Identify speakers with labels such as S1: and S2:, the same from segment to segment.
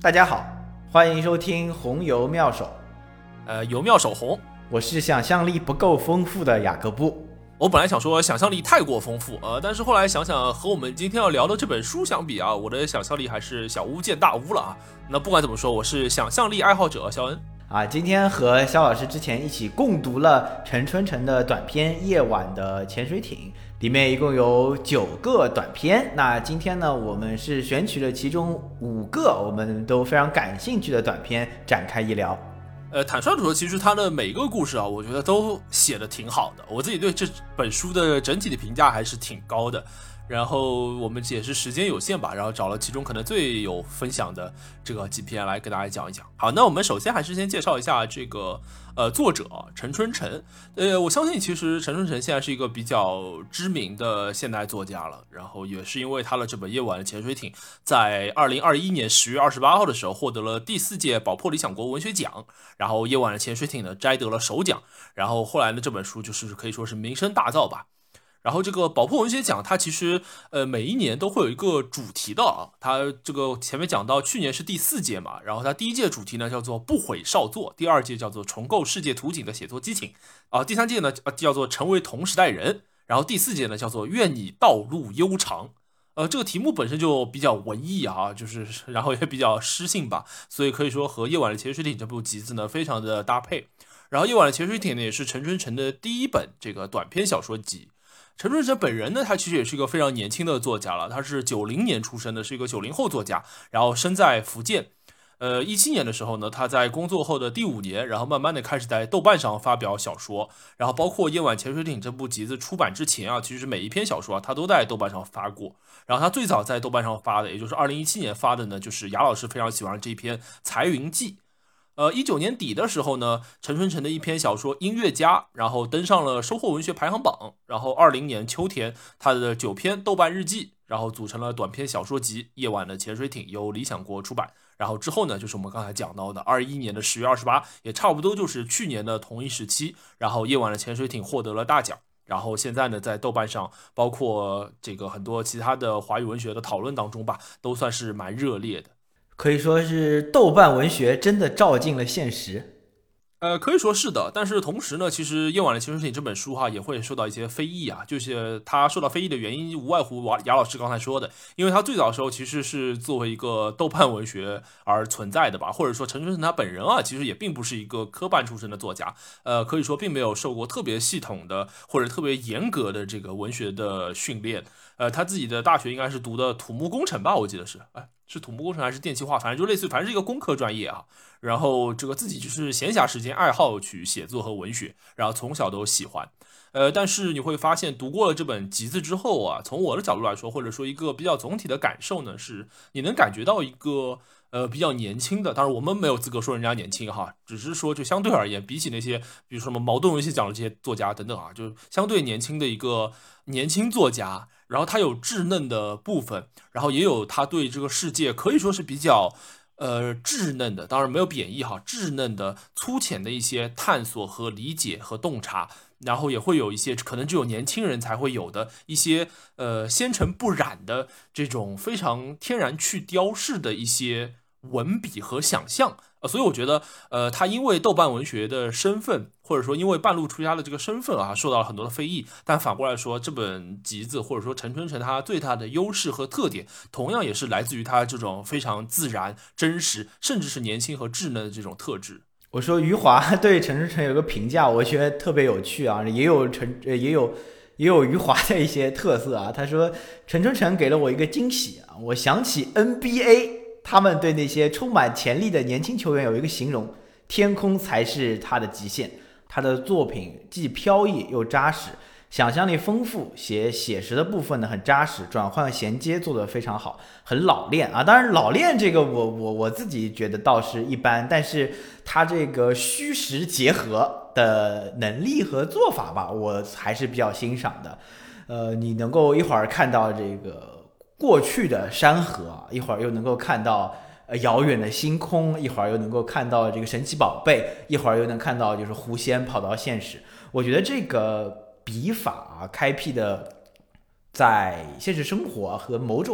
S1: 大家好，欢迎收听红油妙手。
S2: 油妙手红，
S1: 我是想象力不够丰富的雅各布。
S2: 我本来想说想象力太过丰富，但是后来想想和我们今天要聊的这本书相比啊，我的想象力还是小巫见大巫了啊。那不管怎么说，我是想象力爱好者肖恩
S1: 啊。今天和肖老师之前一起共读了陈春成的短篇《夜晚的潜水艇》，里面一共有9个短篇。那今天呢，我们是选取了其中5个我们都非常感兴趣的短篇展开一聊。
S2: 坦率地说，其实他的每个故事啊，我觉得都写得挺好的。我自己对这本书的整体的评价还是挺高的。然后我们也是时间有限吧，然后找了其中可能最有分享的这个几篇来跟大家讲一讲。好，那我们首先还是先介绍一下这个作者陈春成。我相信其实陈春成现在是一个比较知名的现代作家了，然后也是因为他的这本《夜晚的潜水艇》在2021年10月28号的时候获得了第4届宝珀理想国文学奖，然后《夜晚的潜水艇》呢摘得了首奖，然后后来呢这本书就是可以说是名声大噪吧。然后这个宝珀文学奖它其实每一年都会有一个主题的啊，它这个前面讲到去年是第4届嘛，然后它第1届主题呢叫做不悔少作，第2届叫做重构世界图景的写作激情啊，第3届呢叫做成为同时代人，然后第4届呢叫做愿你道路悠长。这个题目本身就比较文艺啊，就是然后也比较诗性吧，所以可以说和《夜晚的潜水艇》这部集子呢非常的搭配。然后《夜晚的潜水艇》呢也是陈春成的第1本这个短篇小说集。陈春成本人呢，他其实也是一个非常年轻的作家了，他是90年出生的，是一个90后作家，然后生在福建。17年的时候呢，他在工作后的第5年，然后慢慢的开始在豆瓣上发表小说，然后包括《夜晚潜水艇》这部集子出版之前啊，其实每一篇小说啊，他都在豆瓣上发过。然后他最早在豆瓣上发的，也就是2017年发的呢，就是雅老师非常喜欢这一篇《财云记》。19年底的时候呢，陈春成的一篇小说《音乐家》，然后登上了收获文学排行榜。然后20年秋天，他的9篇豆瓣日记，然后组成了短篇小说集《夜晚的潜水艇》，由理想国出版。然后之后呢，就是我们刚才讲到的21年的10月28，也差不多就是去年的同一时期，然后《夜晚的潜水艇》获得了大奖。然后现在呢，在豆瓣上，包括这个很多其他的华语文学的讨论当中吧，都算是蛮热烈的。
S1: 可以说是豆瓣文学真的照进了现实。
S2: 可以说是的，但是同时呢，其实《夜晚的潜水艇》这本书也会受到一些非议啊，就是它受到非议的原因无外乎雅老师刚才说的，因为它最早的时候其实是作为一个豆瓣文学而存在的吧，或者说陈春成他本人其实也并不是一个科班出身的作家，可以说并没有受过特别系统的或者特别严格的这个文学的训练，他自己的大学应该是读的土木工程吧，我记得是土木工程还是电气化，反正就类似于，反正是一个工科专业啊。然后这个自己就是闲暇时间爱好去写作和文学，然后从小都喜欢。但是你会发现读过了这本集子之后啊，从我的角度来说，或者说一个比较总体的感受呢，是你能感觉到一个比较年轻的，当然我们没有资格说人家年轻哈，只是说就相对而言，比起那些比如说什么茅盾文学奖的这些作家等等啊，就是相对年轻的一个年轻作家。然后他有稚嫩的部分，然后也有他对这个世界可以说是比较稚嫩的，当然没有贬义哈，稚嫩的粗浅的一些探索和理解和洞察，然后也会有一些可能只有年轻人才会有的一些纤尘不染的这种非常天然去雕饰的一些文笔和想象。所以我觉得他因为豆瓣文学的身份，或者说因为半路出家的这个身份受到了很多的非议，但反过来说，这本集子或者说陈春成他最大的优势和特点，同样也是来自于他这种非常自然真实甚至是年轻和稚嫩的这种特质。
S1: 我说余华对陈春成有个评价，我觉得特别有趣啊，也有余华的一些特色啊。他说陈春成给了我一个惊喜啊，我想起 NBA， 他们对那些充满潜力的年轻球员有一个形容，天空才是他的极限。他的作品既飘逸又扎实，想象力丰富，写实的部分呢很扎实，转换衔接做得非常好，很老练啊。当然老练这个我自己觉得倒是一般，但是他这个虚实结合的能力和做法吧，我还是比较欣赏的。你能够一会儿看到这个过去的山河，一会儿又能够看到遥远的星空，一会儿又能够看到这个神奇宝贝，一会儿又能看到就是狐仙跑到现实。我觉得这个笔法开辟的在现实生活和某种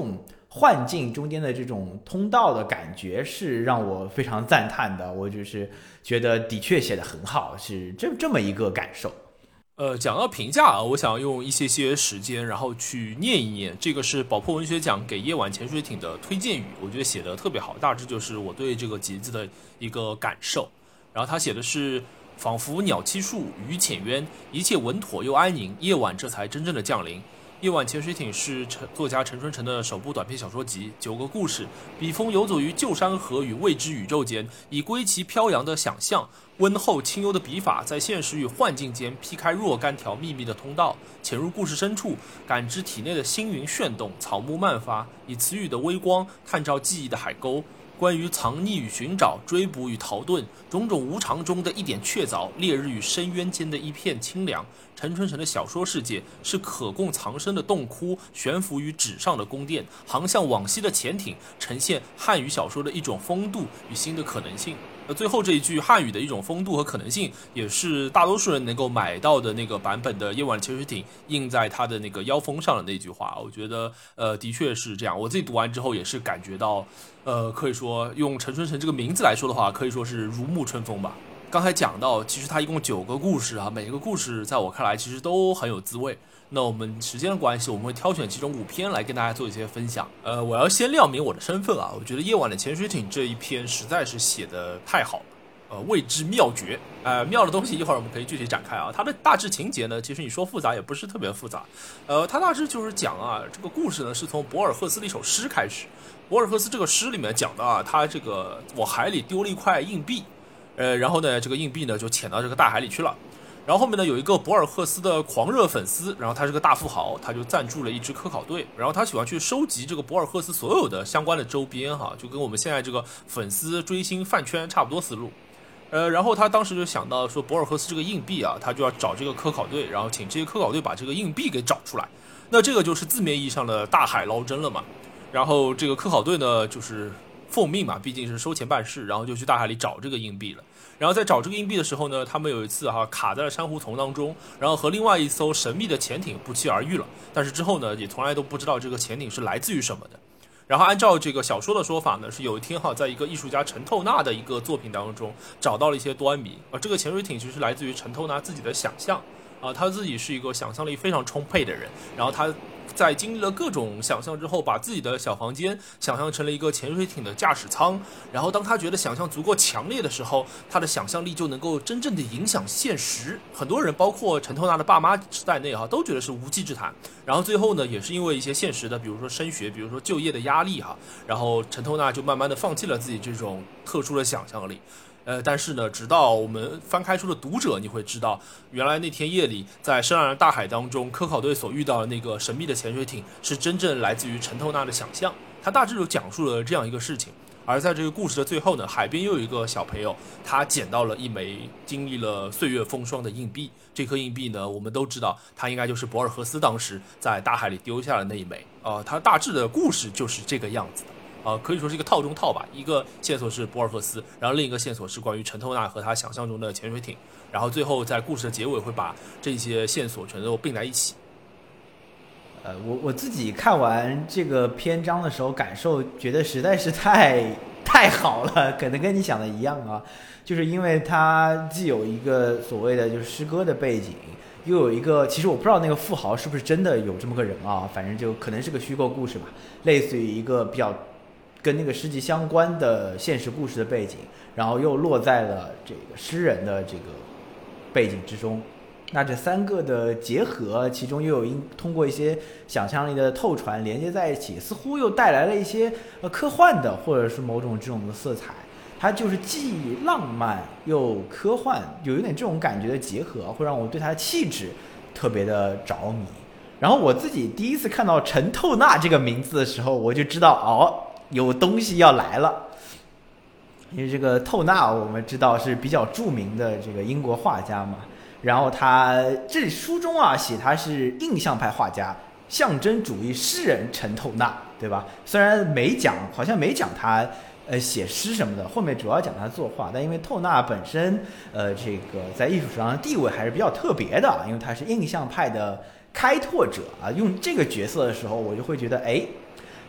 S1: 幻境中间的这种通道的感觉是让我非常赞叹的，我就是觉得的确写得很好，是这么一个感受。
S2: 讲到评价啊，我想用一些时间，然后去念一念。这个是宝珀文学奖给夜晚潜水艇的推荐语，我觉得写得特别好，大致就是我对这个集子的一个感受。然后他写的是，仿佛鸟栖树，鱼浅渊，一切稳妥又安宁，夜晚这才真正的降临。夜晚潜水艇是作家陈春成的首部短篇小说集，9个故事，笔锋游走于旧山河与未知宇宙间，以归期飘扬的想象，温厚清幽的笔法，在现实与幻境间劈开若干条秘密的通道，潜入故事深处，感知体内的星云炫动，草木漫发，以词语的微光探照记忆的海沟。关于藏匿与寻找、追捕与逃遁，种种无常中的一点确凿，烈日与深渊间的一片清凉。陈春成的小说世界是可供藏身的洞窟，悬浮于纸上的宫殿，航向往昔的潜艇，呈现汉语小说的一种风度与新的可能性。最后这一句汉语的一种风度和可能性，也是大多数人能够买到的那个版本的夜晚潜水艇印在他的那个腰封上的那句话，我觉得的确是这样。我自己读完之后也是感觉到可以说用陈春成这个名字来说的话，可以说是如沐春风吧。刚才讲到其实他一共9个故事啊，每一个故事在我看来其实都很有滋味。那我们时间的关系，我们会挑选其中5篇来跟大家做一些分享。我要先亮明我的身份啊，我觉得夜晚的潜水艇这一篇实在是写得太好了，谓之妙绝。妙的东西一会儿我们可以具体展开啊。它的大致情节呢，其实你说复杂也不是特别复杂。它大致就是讲啊，这个故事呢是从博尔赫斯的一首诗开始。博尔赫斯这个诗里面讲的啊，他这个我海里丢了一块硬币，然后呢这个硬币呢就潜到这个大海里去了。然后后面呢有一个博尔赫斯的狂热粉丝，然后他是个大富豪，他就赞助了一支科考队，然后他喜欢去收集这个博尔赫斯所有的相关的周边哈，就跟我们现在这个粉丝追星饭圈差不多思路。然后他当时就想到说博尔赫斯这个硬币啊，他就要找这个科考队，然后请这些科考队把这个硬币给找出来。那这个就是字面意义上的大海捞针了嘛。然后这个科考队呢就是奉命嘛，毕竟是收钱办事，然后就去大海里找这个硬币了。然后在找这个硬币的时候呢，他们有一次卡在了珊瑚丛当中，然后和另外一艘神秘的潜艇不期而遇了。但是之后呢，也从来都不知道这个潜艇是来自于什么的。然后按照这个小说的说法呢，是有一天在一个艺术家陈透纳的一个作品当中找到了一些端倪。这个潜水艇其实来自于陈透纳自己的想象他自己是一个想象力非常充沛的人，然后他在经历了各种想象之后，把自己的小房间想象成了一个潜水艇的驾驶舱，然后当他觉得想象足够强烈的时候，他的想象力就能够真正的影响现实。很多人包括陈透纳的爸妈在内都觉得是无稽之谈。然后最后呢，也是因为一些现实的，比如说升学，比如说就业的压力然后陈透纳就慢慢的放弃了自己这种特殊的想象力。但是呢，直到我们翻开出的读者，你会知道，原来那天夜里在深蓝的大海当中，科考队所遇到的那个神秘的潜水艇，是真正来自于陈透纳的想象。他大致就讲述了这样一个事情。而在这个故事的最后呢，海边又有一个小朋友，他捡到了一枚经历了岁月风霜的硬币。这颗硬币呢，我们都知道，它应该就是博尔赫斯当时在大海里丢下的那一枚。它大致的故事就是这个样子的。可以说是一个套中套吧。一个线索是博尔赫斯，然后另一个线索是关于陈透纳和他想象中的潜水艇，然后最后在故事的结尾会把这些线索全都并在一起。
S1: 我自己看完这个篇章的时候，感受觉得实在是太好了，可能跟你想的一样就是因为它既有一个所谓的就是诗歌的背景，又有一个，其实我不知道那个富豪是不是真的有这么个人反正就可能是个虚构故事吧，类似于一个比较跟那个诗集相关的现实故事的背景，然后又落在了这个诗人的这个背景之中。那这3个的结合，其中又有通过一些想象力的透传连接在一起，似乎又带来了一些科幻的或者是某种这种的色彩。它就是既浪漫又科幻，有一点这种感觉的结合，会让我对它的气质特别的着迷。然后我自己第一次看到陈透纳这个名字的时候，我就知道有东西要来了。因为这个透纳我们知道是比较著名的这个英国画家嘛，然后他这里书中写他是印象派画家、象征主义诗人陈透纳，对吧？虽然好像没讲他写诗什么的，后面主要讲他作画，但因为透纳本身这个在艺术史上的地位还是比较特别的，因为他是印象派的开拓者用这个角色的时候，我就会觉得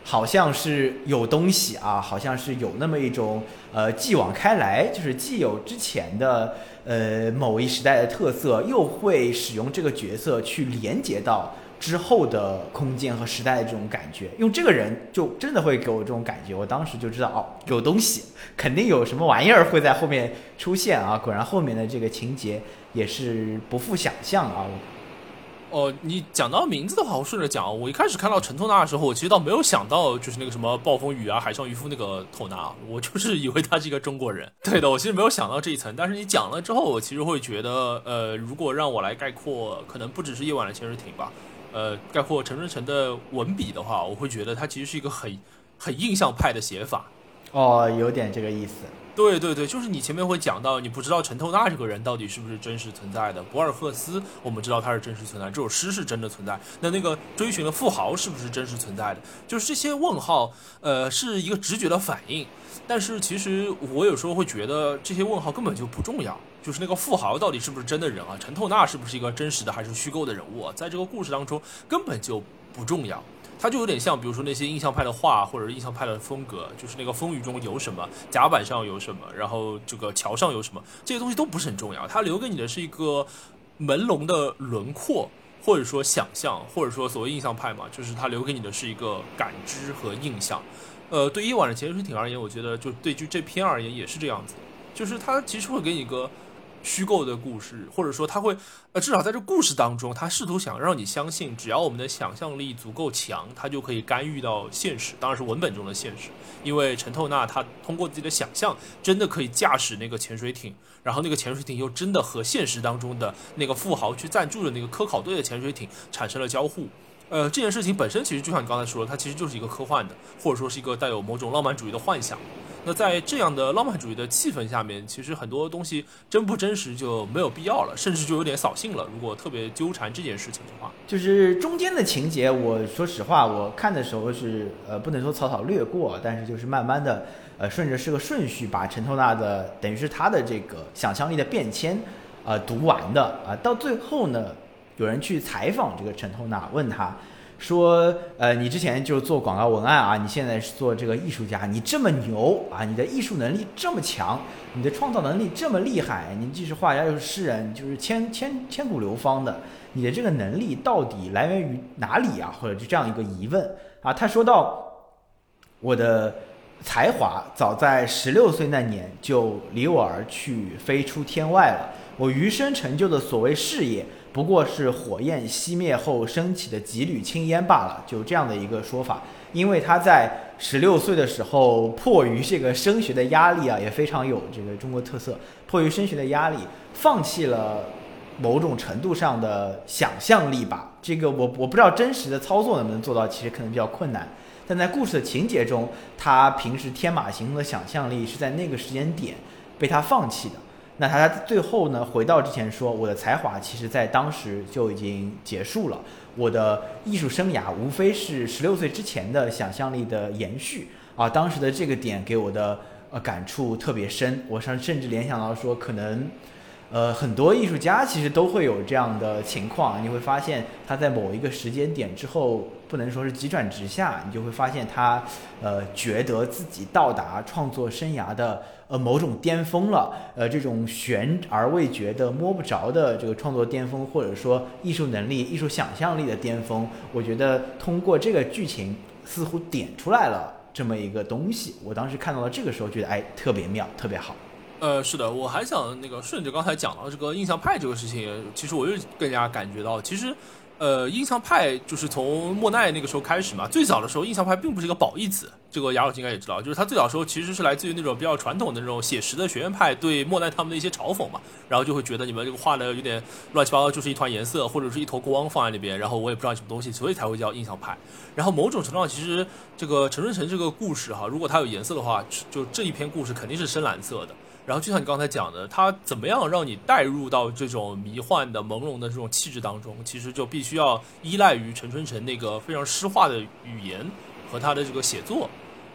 S1: 好像是有东西啊，好像是有那么一种继往开来，就是既有之前的某一时代的特色，又会使用这个角色去连接到之后的空间和时代的这种感觉。用这个人就真的会给我这种感觉，我当时就知道哦，有东西，肯定有什么玩意儿会在后面出现啊！果然后面的这个情节也是不负想象啊。
S2: 你讲到名字的话，我顺着讲。我一开始看到陈透纳的时候，我其实倒没有想到就是那个什么暴风雨啊、海上渔夫那个透纳，我就是以为他是一个中国人。对的，我其实没有想到这一层。但是你讲了之后，我其实会觉得，如果让我来概括，可能不只是夜晚的潜水艇吧，概括陈春成的文笔的话，我会觉得他其实是一个很印象派的写法。
S1: 有点这个意思。
S2: 对对对，就是你前面会讲到，你不知道陈透纳这个人到底是不是真实存在的。博尔赫斯，我们知道他是真实存在，这首诗是真的存在。那个追寻的富豪是不是真实存在的？就是这些问号，是一个直觉的反应。但是其实我有时候会觉得这些问号根本就不重要。就是那个富豪到底是不是真的人啊？陈透纳是不是一个真实的还是虚构的人物啊？在这个故事当中根本就不重要。它就有点像比如说那些印象派的画或者印象派的风格，就是那个风雨中有什么，甲板上有什么，然后这个桥上有什么，这些东西都不是很重要。它留给你的是一个朦胧的轮廓，或者说想象，或者说所谓印象派嘛，就是它留给你的是一个感知和印象。对夜晚的潜水艇而言，我觉得就对这篇而言也是这样子，就是它其实会给你一个虚构的故事，或者说他会至少在这故事当中，他试图想让你相信，只要我们的想象力足够强，他就可以干预到现实，当然是文本中的现实。因为陈透纳他通过自己的想象，真的可以驾驶那个潜水艇，然后那个潜水艇又真的和现实当中的那个富豪去赞助的那个科考队的潜水艇产生了交互。这件事情本身其实就像你刚才说的，它其实就是一个科幻的，或者说是一个带有某种浪漫主义的幻想。那在这样的浪漫主义的气氛下面，其实很多东西真不真实就没有必要了，甚至就有点扫兴了。如果特别纠缠这件事情的话，
S1: 就是中间的情节，我说实话，我看的时候是不能说草草略过，但是就是慢慢的顺着是个顺序，把陈透纳的等于是他的这个想象力的变迁读完的啊。到最后呢，有人去采访这个陈透纳，问他说你之前就做广告文案啊，你现在是做这个艺术家，你这么牛啊，你的艺术能力这么强，你的创造能力这么厉害，你既是画家又是诗人，就是千古流芳的，你的这个能力到底来源于哪里啊？或者就这样一个疑问啊。他说到，我的才华早在16岁那年就离我而去，飞出天外了，我余生成就的所谓事业，不过是火焰熄灭后升起的几缕青烟罢了，就这样的一个说法。因为他在16岁的时候，迫于这个升学的压力啊，也非常有这个中国特色，迫于升学的压力，放弃了某种程度上的想象力吧。这个我不知道真实的操作能不能做到，其实可能比较困难。但在故事的情节中，他平时天马行空的想象力是在那个时间点被他放弃的。那他最后呢，回到之前说，我的才华其实在当时就已经结束了，我的艺术生涯无非是16岁之前的想象力的延续啊。当时的这个点给我的感触特别深，我甚至联想到说，可能很多艺术家其实都会有这样的情况，你会发现他在某一个时间点之后，不能说是急转直下，你就会发现他觉得自己到达创作生涯的某种巅峰了，这种悬而未决的摸不着的这个创作巅峰，或者说艺术能力、艺术想象力的巅峰，我觉得通过这个剧情似乎点出来了这么一个东西。我当时看到了这个时候，觉得特别妙，特别好。
S2: 是的，我还想顺着刚才讲到这个印象派这个事情，其实我又更加感觉到，其实印象派就是从莫奈那个时候开始嘛。最早的时候，印象派并不是一个褒义词，这个雅鲁应该也知道，就是他最早的时候其实是来自于那种比较传统的那种写实的学院派对莫奈他们的一些嘲讽嘛，然后就会觉得你们这个画的有点乱七八糟，就是一团颜色或者是一头光放在那边，然后我也不知道什么东西，所以才会叫印象派。然后某种程度上，其实这个陈春成这个故事哈，如果它有颜色的话，就这一篇故事肯定是深蓝色的。然后就像你刚才讲的，它怎么样让你带入到这种迷幻的朦胧的这种气质当中，其实就必须要依赖于陈春成那个非常诗化的语言和他的这个写作。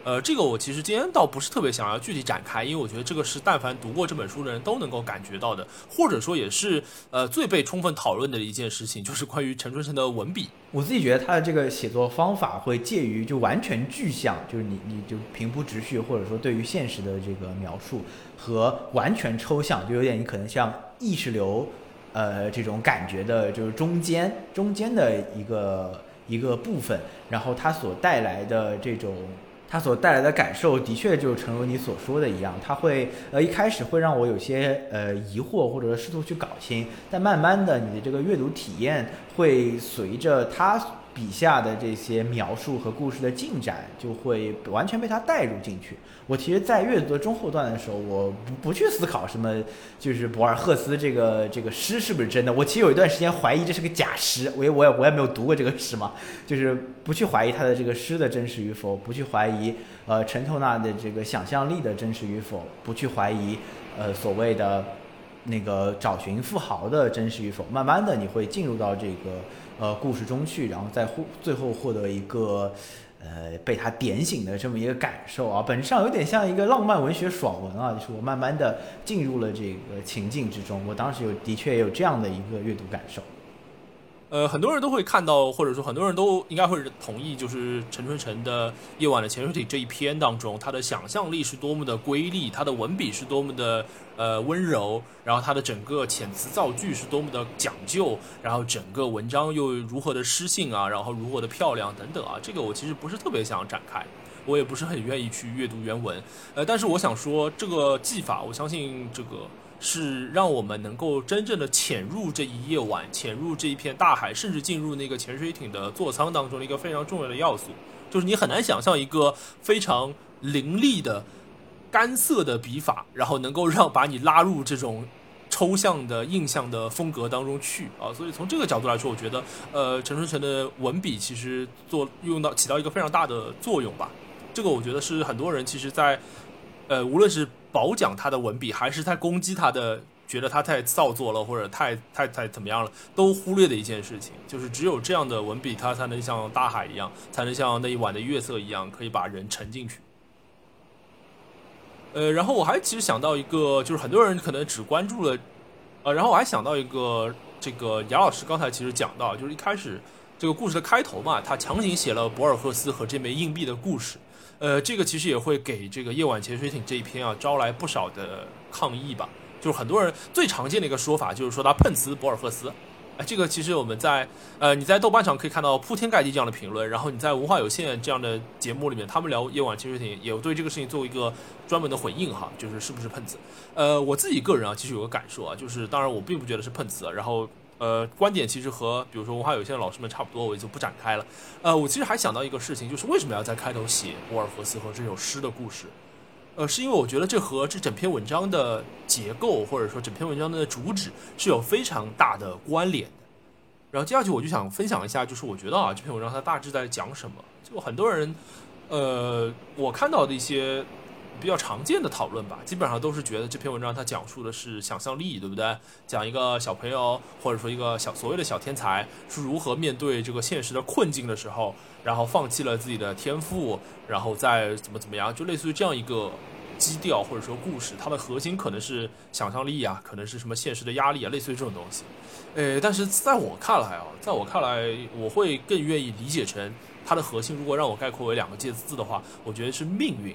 S2: 这个我其实今天倒不是特别想要具体展开，因为我觉得这个是但凡读过这本书的人都能够感觉到的，或者说也是最被充分讨论的一件事情，就是关于陈春成的文笔。
S1: 我自己觉得他的这个写作方法会介于就完全具象，就是你就平铺直叙，或者说对于现实的这个描述，和完全抽象，就有点你可能像意识流这种感觉的，就是中间的一个部分，然后它所带来的感受，的确就诚如你所说的一样，它会一开始会让我有些疑惑，或者试图去搞清，但慢慢的你的这个阅读体验会随着他笔下的这些描述和故事的进展，就会完全被他带入进去。我其实，在阅读的中后段的时候，我不去思考什么，就是博尔赫斯这个诗是不是真的。我其实有一段时间怀疑这是个假诗，我也没有读过这个诗嘛，就是不去怀疑他的这个诗的真实与否，不去怀疑陈透纳的这个想象力的真实与否，不去怀疑所谓的那个找寻富豪的真实与否。慢慢的，你会进入到这个故事中去，然后最后获得一个被他点醒的这么一个感受啊，本质上有点像一个浪漫文学爽文啊，就是我慢慢的进入了这个情境之中，我当时的确也有这样的一个阅读感受。
S2: 很多人都会看到，或者说很多人都应该会同意，就是陈春成的《夜晚的潜水艇》这一篇当中，他的想象力是多么的瑰丽，他的文笔是多么的温柔，然后他的整个遣词造句是多么的讲究，然后整个文章又如何的诗性啊，然后如何的漂亮等等啊，这个我其实不是特别想展开，我也不是很愿意去阅读原文，但是我想说这个技法，我相信这个是让我们能够真正的潜入这一夜晚，潜入这一片大海，甚至进入那个潜水艇的座舱当中的一个非常重要的要素。就是你很难想象一个非常凌厉的干涩的笔法，然后能够把你拉入这种抽象的印象的风格当中去啊。所以从这个角度来说，我觉得陈春成的文笔其实起到一个非常大的作用吧。这个我觉得是很多人其实在无论是褒奖他的文笔，还是在攻击他的，觉得他太造作了，或者太怎么样了，都忽略的一件事情，就是只有这样的文笔，他才能像大海一样，才能像那一晚的月色一样，可以把人沉进去。然后我还其实想到一个，就是很多人可能只关注了，然后我还想到一个，这个姚老师刚才其实讲到，就是一开始这个故事的开头嘛，他强行写了博尔赫斯和这枚硬币的故事。这个其实也会给这个夜晚潜水艇这一篇啊招来不少的抗议吧。就是很多人最常见的一个说法就是说他碰瓷博尔赫斯。这个其实我们在你在豆瓣上可以看到铺天盖地这样的评论，然后你在文化有限这样的节目里面，他们聊夜晚潜水艇也有对这个事情做一个专门的回应哈，就是是不是碰瓷。我自己个人啊其实有个感受啊，就是当然我并不觉得是碰瓷，然后观点其实和比如说文化有限的老师们差不多，我也就不展开了。我其实还想到一个事情，就是为什么要在开头写博尔赫斯和这首诗的故事？是因为我觉得这和这整篇文章的结构，或者说整篇文章的主旨是有非常大的关联的。然后接下去我就想分享一下，就是我觉得啊这篇文章它大致在讲什么。就很多人，我看到的一些比较常见的讨论吧，基本上都是觉得这篇文章它讲述的是想象力，对不对？讲一个小朋友或者说一个所谓的小天才是如何面对这个现实的困境的时候，然后放弃了自己的天赋，然后再怎么样，就类似于这样一个基调或者说故事，它的核心可能是想象力啊，可能是什么现实的压力啊，类似于这种东西。但是在我看来，我会更愿意理解成它的核心，如果让我概括为2个字的话，我觉得是命运。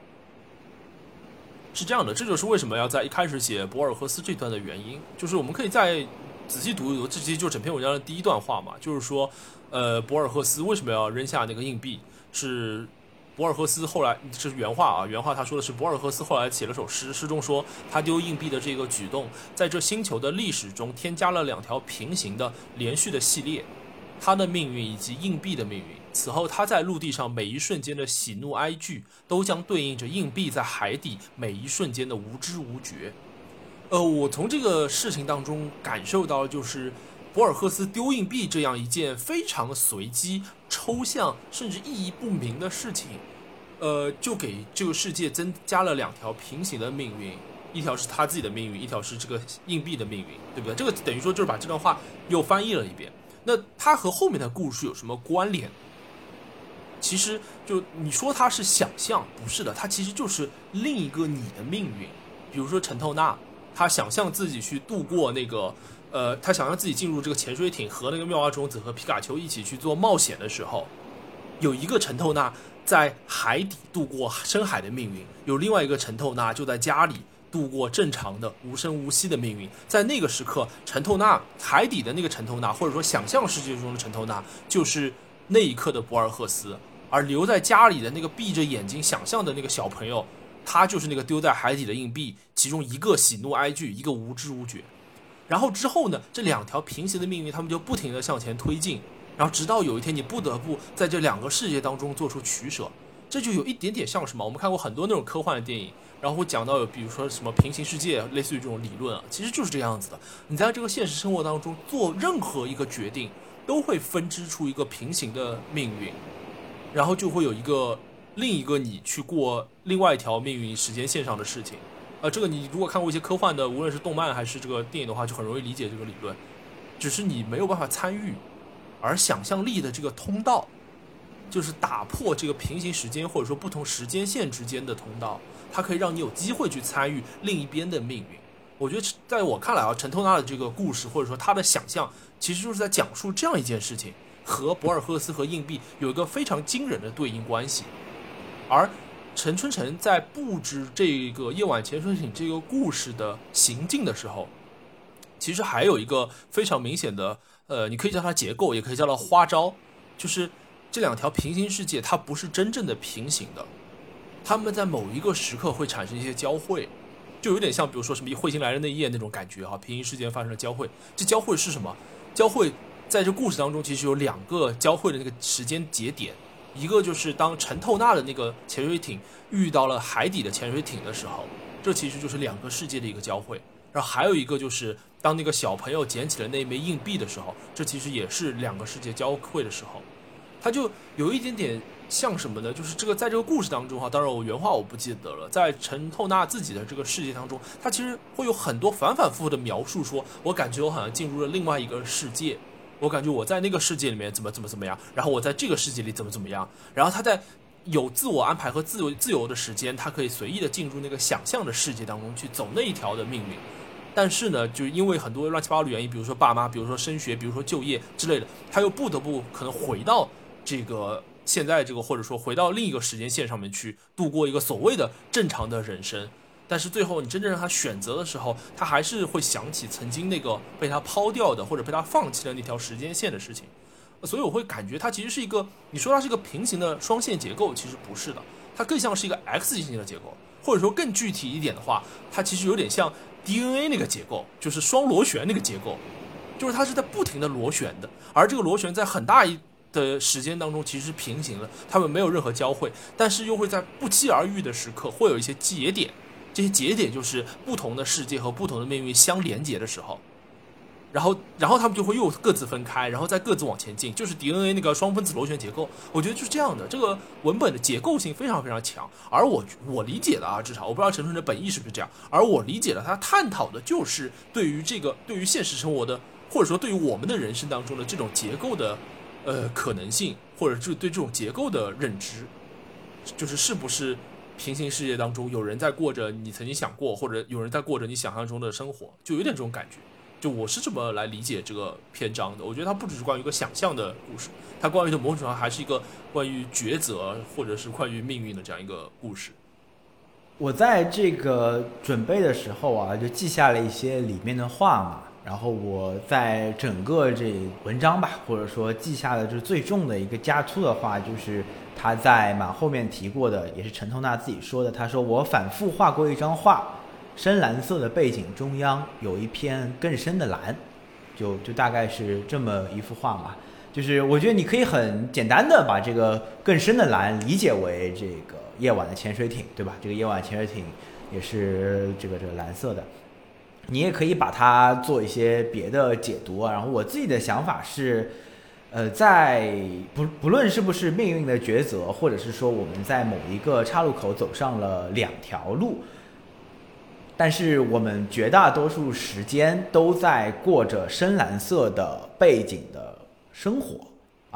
S2: 是这样的，这就是为什么要在一开始写博尔赫斯这段的原因。就是我们可以再仔细读一读，这其实就整篇文章的第一段话嘛，就是说，博尔赫斯为什么要扔下那个硬币？是博尔赫斯后来，这是原话啊，原话他说的是博尔赫斯后来写了首诗，诗中说他丢硬币的这个举动，在这星球的历史中添加了2条平行的连续的系列，他的命运以及硬币的命运。此后他在陆地上每一瞬间的喜怒哀惧，都将对应着硬币在海底每一瞬间的无知无觉。我从这个事情当中感受到，就是博尔赫斯丢硬币这样一件非常随机、抽象甚至意义不明的事情，就给这个世界增加了2条平行的命运，一条是他自己的命运，一条是这个硬币的命运，对不对？这个等于说就是把这段话又翻译了一遍。那它和后面的故事有什么关联？ 其实就你说它是想象，不是的，它其实就是另一个你的命运。比如说陈透纳，他想象自己去度过那个他想象自己进入这个潜水艇和那个妙蛙种子和皮卡丘一起去做冒险的时候，有一个陈透纳在海底度过深海的命运，有另外一个陈透纳就在家里度过正常的无声无息的命运。在那个时刻，陈透纳海底的那个陈透纳，或者说想象世界中的陈透纳，就是那一刻的博尔赫斯，而留在家里的那个闭着眼睛想象的那个小朋友，他就是那个丢在海底的硬币，其中一个喜怒哀惧，一个无知无觉。然后之后呢，这两条平行的命运，他们就不停地向前推进，然后直到有一天你不得不在这两个世界当中做出取舍。这就有一点点像什么，我们看过很多那种科幻的电影，然后会讲到有比如说什么平行世界，类似于这种理论啊，其实就是这样子的。你在这个现实生活当中做任何一个决定，都会分支出一个平行的命运，然后就会有另一个你去过另外一条命运时间线上的事情。这个你如果看过一些科幻的，无论是动漫还是这个电影的话，就很容易理解这个理论。只是你没有办法参与，而想象力的这个通道，就是打破这个平行时间或者说不同时间线之间的通道，它可以让你有机会去参与另一边的命运。我觉得在我看来啊，陈透纳的这个故事或者说他的想象，其实就是在讲述这样一件事情，和博尔赫斯和硬币有一个非常惊人的对应关系。而陈春成在布置这个夜晚潜水艇这个故事的行进的时候，其实还有一个非常明显的你可以叫它结构，也可以叫它花招，就是这两条平行世界它不是真正的平行的，它们在某一个时刻会产生一些交汇，就有点像比如说什么彗星来的那一夜那种感觉哈，平行世界发生了交汇。这交汇是什么？交汇在这故事当中其实有两个交汇的那个时间节点，一个就是当陈透纳的那个潜水艇遇到了海底的潜水艇的时候，这其实就是两个世界的一个交汇。然后还有一个就是当那个小朋友捡起了那枚硬币的时候，这其实也是两个世界交汇的时候。它就有一点点像什么呢？就是这个在这个故事当中哈，当然我原话我不记得了，在陈透纳自己的这个世界当中，他其实会有很多反反复复的描述，说我感觉我好像进入了另外一个世界，我感觉我在那个世界里面怎么样，然后我在这个世界里怎么样，然后他在有自我安排和自由的时间，他可以随意的进入那个想象的世界当中去走那一条的命运。但是呢，就因为很多乱七八糟的原因，比如说爸妈，比如说升学，比如说就业之类的，他又不得不可能回到这个现在这个，或者说回到另一个时间线上面去度过一个所谓的正常的人生。但是最后你真正让他选择的时候，他还是会想起曾经那个被他抛掉的或者被他放弃的那条时间线的事情。所以我会感觉它其实是一个，你说它是一个平行的双线结构，其实不是的，它更像是一个 X 型的结构，或者说更具体一点的话，它其实有点像 DNA 那个结构，就是双螺旋那个结构，就是它是在不停的螺旋的，而这个螺旋在很大的时间当中其实是平行的，它们没有任何交汇，但是又会在不期而遇的时刻会有一些节点，这些节点就是不同的世界和不同的命运相连接的时候，然后他们就会又各自分开，然后再各自往前进，就是 DNA 那个双分子螺旋结构，我觉得就是这样的。这个文本的结构性非常非常强，而我理解的啊，至少我不知道陈春成的本意是不是这样，而我理解的他探讨的就是对于现实生活的，或者说对于我们的人生当中的这种结构的可能性，或者是对这种结构的认知，就是是不是平行世界当中有人在过着你曾经想过，或者有人在过着你想象中的生活，就有点这种感觉。就我是这么来理解这个篇章的，我觉得它不只是关于一个想象的故事，它关于的某种程度上还是一个关于抉择或者是关于命运的这样一个故事。
S1: 我在这个准备的时候啊，就记下了一些里面的话嘛，然后我在整个这文章吧，或者说记下的就是最重的一个加粗的话，就是他在蛮后面提过的，也是陈透纳自己说的，他说我反复画过一张画，深蓝色的背景中央有一片更深的蓝，就大概是这么一幅画嘛。就是我觉得你可以很简单的把这个更深的蓝理解为这个夜晚的潜水艇，对吧？这个夜晚潜水艇也是这个蓝色的。你也可以把它做一些别的解读啊。然后我自己的想法是，在不论是不是命运的抉择，或者是说我们在某一个岔路口走上了两条路，但是我们绝大多数时间都在过着深蓝色的背景的生活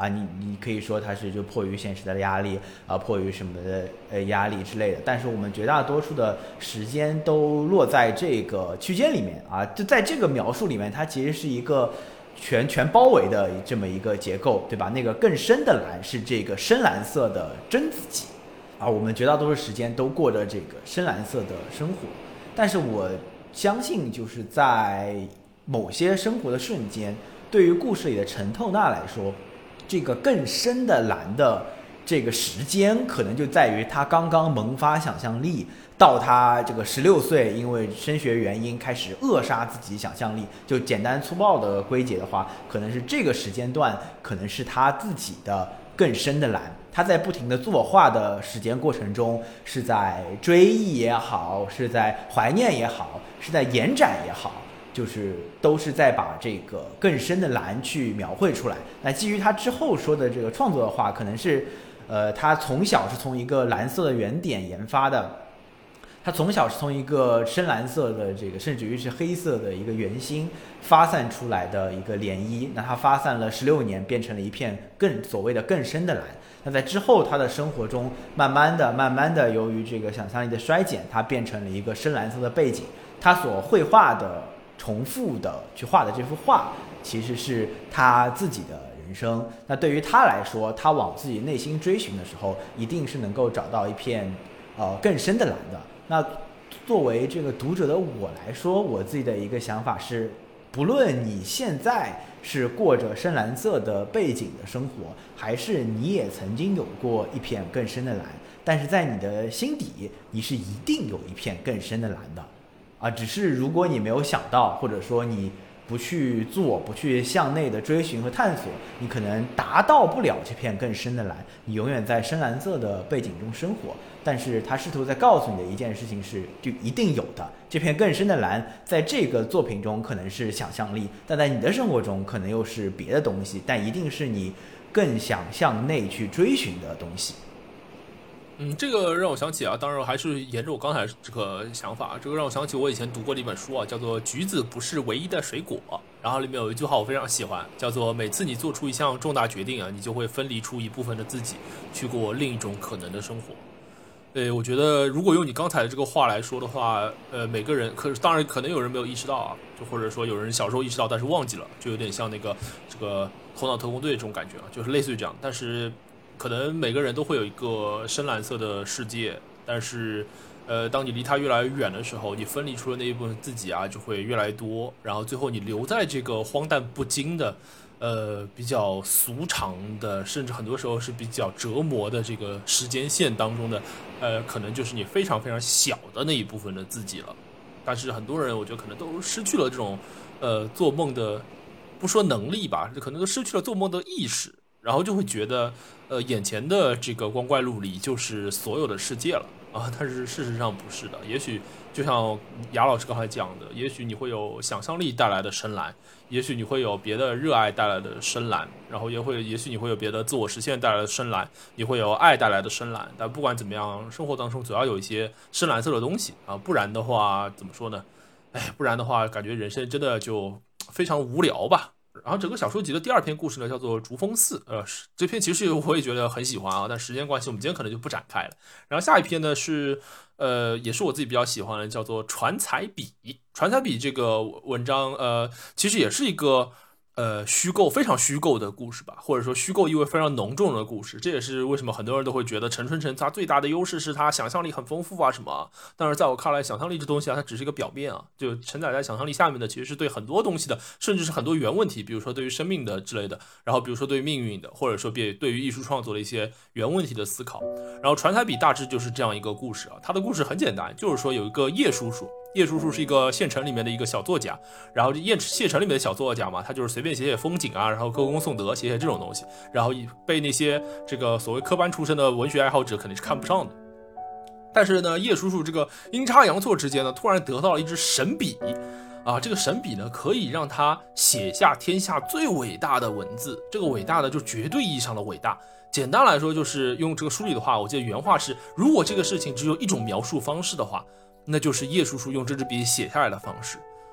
S1: 啊，你可以说它是就迫于现实的压力啊，迫于什么的压力之类的，但是我们绝大多数的时间都落在这个区间里面啊，就在这个描述里面，它其实是一个全包围的这么一个结构，对吧？那个更深的蓝是这个深蓝色的真自己啊，我们绝大多数时间都过着这个深蓝色的生活，但是我相信就是在某些生活的瞬间，对于故事里的陈透纳来说，这个更深的蓝的这个时间，可能就在于他刚刚萌发想象力，到他这个16岁，因为升学原因开始扼杀自己想象力。就简单粗暴的归结的话，可能是这个时间段，可能是他自己的更深的蓝。他在不停的作画的时间过程中，是在追忆也好，是在怀念也好，是在延展也好，就是都是在把这个更深的蓝去描绘出来。那基于他之后说的这个创作的话，可能是他从小是从一个蓝色的原点研发的，他从小是从一个深蓝色的这个甚至于是黑色的一个圆心发散出来的一个涟漪，那它发散了16年，变成了一片所谓的更深的蓝。那在之后他的生活中，慢慢的由于这个想象力的衰减，它变成了一个深蓝色的背景。他所绘画的重复的去画的这幅画，其实是他自己的人生。那对于他来说，他往自己内心追寻的时候，一定是能够找到一片更深的蓝的。那作为这个读者的我来说，我自己的一个想法是，不论你现在是过着深蓝色的背景的生活，还是你也曾经有过一片更深的蓝，但是在你的心底，你是一定有一片更深的蓝的啊，只是如果你没有想到，或者说你不去做，不去向内的追寻和探索，你可能达到不了这片更深的蓝，你永远在深蓝色的背景中生活。但是他试图在告诉你的一件事情是，就一定有的，这片更深的蓝在这个作品中可能是想象力，但在你的生活中可能又是别的东西，但一定是你更想向内去追寻的东西。
S2: 这个让我想起啊，当然还是沿着我刚才这个想法，这个让我想起我以前读过的一本书啊，叫做《橘子不是唯一的水果》，然后里面有一句话我非常喜欢，叫做每次你做出一项重大决定啊，你就会分离出一部分的自己，去过另一种可能的生活。我觉得如果用你刚才的这个话来说的话，每个人当然可能有人没有意识到啊，就或者说有人小时候意识到但是忘记了，就有点像那个这个头脑特工队这种感觉啊，就是类似于这样。但是可能每个人都会有一个深蓝色的世界，但是当你离它越来越远的时候，你分离出了那一部分自己啊，就会越来越多，然后最后你留在这个荒诞不经的比较俗常的，甚至很多时候是比较折磨的这个时间线当中的可能就是你非常非常小的那一部分的自己了。但是很多人我觉得可能都失去了这种做梦的，不说能力吧，可能都失去了做梦的意识，然后就会觉得眼前的这个光怪陆离就是所有的世界了啊。但是事实上不是的，也许就像雅老师刚才讲的，也许你会有想象力带来的深蓝，也许你会有别的热爱带来的深蓝，然后也许你会有别的自我实现带来的深蓝，你会有爱带来的深蓝。但不管怎么样，生活当中总要有一些深蓝色的东西啊，不然的话怎么说呢？不然的话感觉人生真的就非常无聊吧。然后整个小说集的第二篇故事呢，叫做《竹峰寺》。这篇其实我也觉得很喜欢啊，但时间关系，我们今天可能就不展开了。然后下一篇呢是，也是我自己比较喜欢的，叫做《传彩笔》。传彩笔这个文章，其实也是一个非常虚构的故事吧，或者说虚构意味非常浓重的故事。这也是为什么很多人都会觉得陈春成他最大的优势是他想象力很丰富啊什么。但是在我看来，想象力这东西啊，它只是一个表面啊，就承载在想象力下面的其实是对很多东西的，甚至是很多原问题，比如说对于生命的之类的，然后比如说对于命运的，或者说对于艺术创作的一些原问题的思考。然后传彩笔大致就是这样一个故事啊，他的故事很简单，就是说有一个叶叔叔。叶叔叔是一个县城里面的一个小作家，然后县城里面的小作家嘛，他就是随便写写风景啊，然后歌功颂德，写写这种东西，然后被那些这个所谓科班出身的文学爱好者肯定是看不上的。但是呢，叶叔叔这个阴差阳错之间呢，突然得到了一支神笔啊，这个神笔呢，可以让他写下天下最伟大的文字。这个伟大的就绝对意义上的伟大。简单来说，就是用这个书里的话，我记得原话是：如果这个事情只有一种描述方式的话，那就是叶叔叔用这支笔写下来的方式。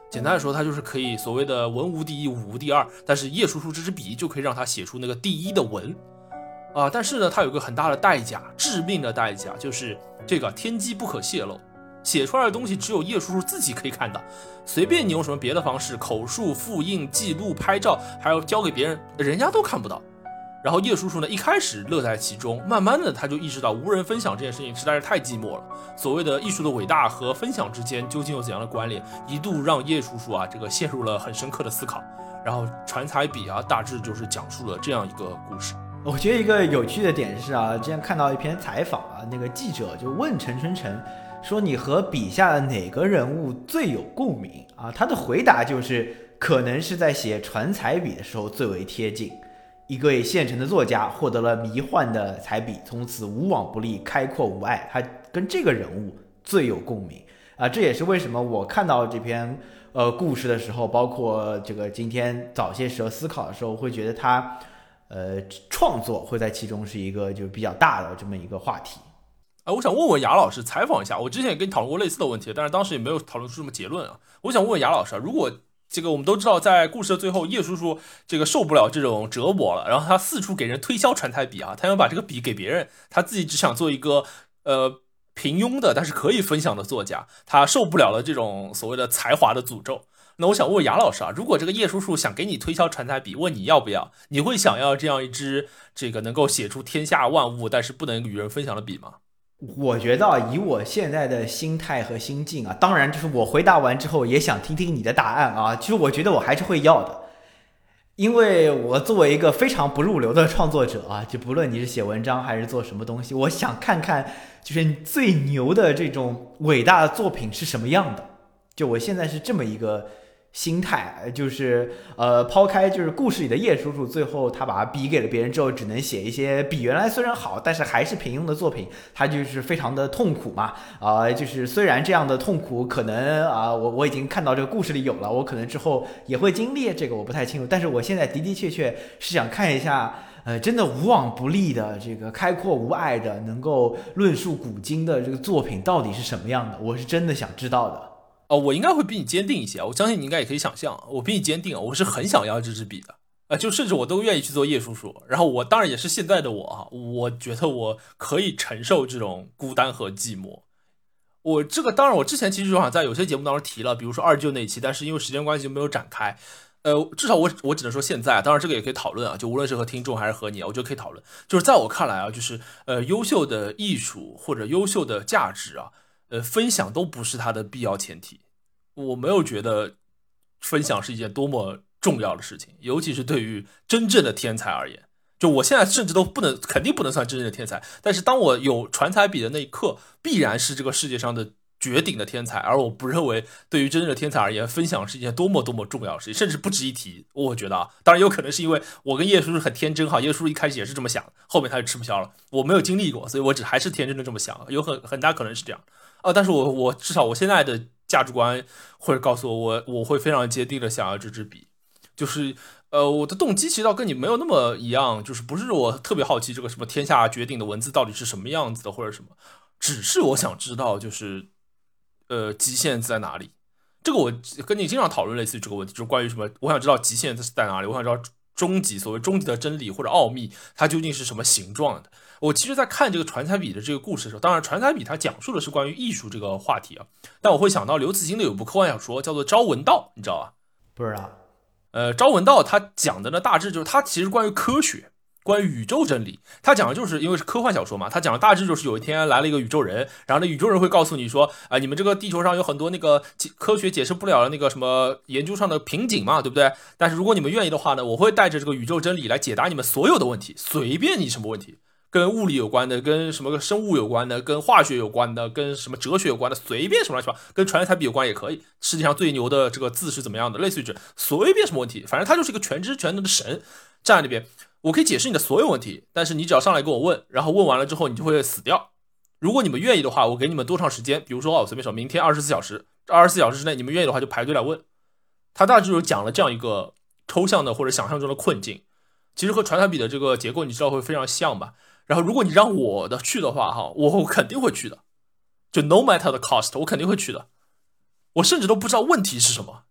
S2: 简单来说，它就是可以所谓的文无第一，武无第二，但是叶叔叔这支笔就可以让他写出那个第一的文但是呢，它有个很大的代价，致命的代价，就是这个天机不可泄露，写出来的东西只有叶叔叔自己可以看到，随便你用什么别的方式，口述、复印、记录、拍照，还要交给别人，人家都看不到。然后叶叔叔呢，一开始乐在其中，慢慢的他就意识到无人分享这件事情实在是太寂寞了。所谓的艺术的伟大和分享之间究竟有怎样的关联，一度让叶叔叔这个陷入了很深刻的思考。然后传彩笔大致就是讲述了这样一个故事。
S1: 我觉得一个有趣的点是之前看到一篇采访那个记者就问陈春成说，你和笔下的哪个人物最有共鸣他的回答就是可能是在写传彩笔的时候最为贴近。一位现成的作家获得了迷幻的彩笔，从此无往不利，开阔无碍。他跟这个人物最有共鸣这也是为什么我看到这篇故事的时候，包括这个今天早些时候思考的时候，会觉得他创作会在其中是一个就比较大的这么一个话题。
S2: 我想问问雅老师，采访一下，我之前也跟你讨论过类似的问题，但是当时也没有讨论出什么结论我想问问雅老师如果这个我们都知道，在故事的最后，叶叔叔这个受不了这种折磨了，然后他四处给人推销传彩笔他要把这个笔给别人，他自己只想做一个平庸的但是可以分享的作家，他受不了了这种所谓的才华的诅咒。那我想问雅老师如果这个叶叔叔想给你推销传彩笔，问你要不要，你会想要这样一支这个能够写出天下万物但是不能与人分享的笔吗？
S1: 我觉得以我现在的心态和心境当然就是我回答完之后也想听听你的答案其实我觉得我还是会要的，因为我作为一个非常不入流的创作者就不论你是写文章还是做什么东西，我想看看就是最牛的这种伟大的作品是什么样的，就我现在是这么一个心态，就是抛开就是故事里的叶叔叔，最后他把笔给了别人之后，只能写一些比原来虽然好，但是还是平庸的作品，他就是非常的痛苦嘛就是虽然这样的痛苦可能我已经看到这个故事里有了，我可能之后也会经历，这个我不太清楚，但是我现在的确是想看一下真的无往不利的这个开阔无碍的能够论述古今的这个作品到底是什么样的，我是真的想知道的。
S2: 我应该会比你坚定一些，我相信你应该也可以想象，我比你坚定我是很想要这支笔的就甚至我都愿意去做叶叔叔。然后我当然也是现在的我觉得我可以承受这种孤单和寂寞。当然我之前其实好像在有些节目当中提了，比如说二舅那一期，但是因为时间关系就没有展开。至少我只能说现在，当然这个也可以讨论就无论是和听众还是和你，我觉得可以讨论。就是在我看来就是优秀的艺术或者优秀的价值分享都不是它的必要前提。我没有觉得分享是一件多么重要的事情，尤其是对于真正的天才而言。就我现在甚至都肯定不能算真正的天才，但是当我有传彩笔的那一刻，必然是这个世界上的绝顶的天才。而我不认为对于真正的天才而言，分享是一件多么多么重要的事情，甚至不值一提。我觉得当然有可能是因为我跟叶叔叔很天真叶叔叔一开始也是这么想，后面他就吃不消了，我没有经历过，所以我还是天真的这么想，有很大可能是这样但是我至少我现在的价值观会告诉我会非常坚定的想要这支笔。就是我的动机其实倒跟你没有那么一样，就是不是我特别好奇这个什么天下绝顶的文字到底是什么样子的或者什么，只是我想知道就是极限在哪里。这个我跟你经常讨论类似于这个问题，就是关于什么我想知道极限在哪里，我想知道所谓终极的真理或者奥秘它究竟是什么形状的。我其实在看这个传彩笔的这个故事的时候，当然传彩笔它讲述的是关于艺术这个话题但我会想到刘慈欣的有部科幻小说叫做《朝闻道》，你知道吧？
S1: 不知道。
S2: 朝闻道它讲的呢大致就是它其实关于科学，关于宇宙真理。它讲的就是因为是科幻小说嘛，它讲的大致就是有一天来了一个宇宙人，然后那宇宙人会告诉你说你们这个地球上有很多那个科学解释不了的那个什么研究上的瓶颈嘛，对不对？但是如果你们愿意的话呢，我会带着这个宇宙真理来解答你们所有的问题，随便你什么问题，跟物理有关的，跟什么生物有关的，跟化学有关的，跟什么哲学有关的，随便什么乱七八糟，跟传彩笔有关也可以。世界上最牛的这个字是怎么样的，类似于这，随便什么问题，反正他就是一个全知全能的神站在那边，我可以解释你的所有问题，但是你只要上来跟我问，然后问完了之后你就会死掉。如果你们愿意的话，我给你们多长时间，比如说我随便说明天24小时，24小时之内你们愿意的话就排队来问。他大致就讲了这样一个抽象的或者想象中的困境，其实和传彩笔的这个结构你知道会非常像吧。然后如果你让我的去的话我肯定会去的，就 no matter the cost 我肯定会去的。我甚至都不知道问题是什么，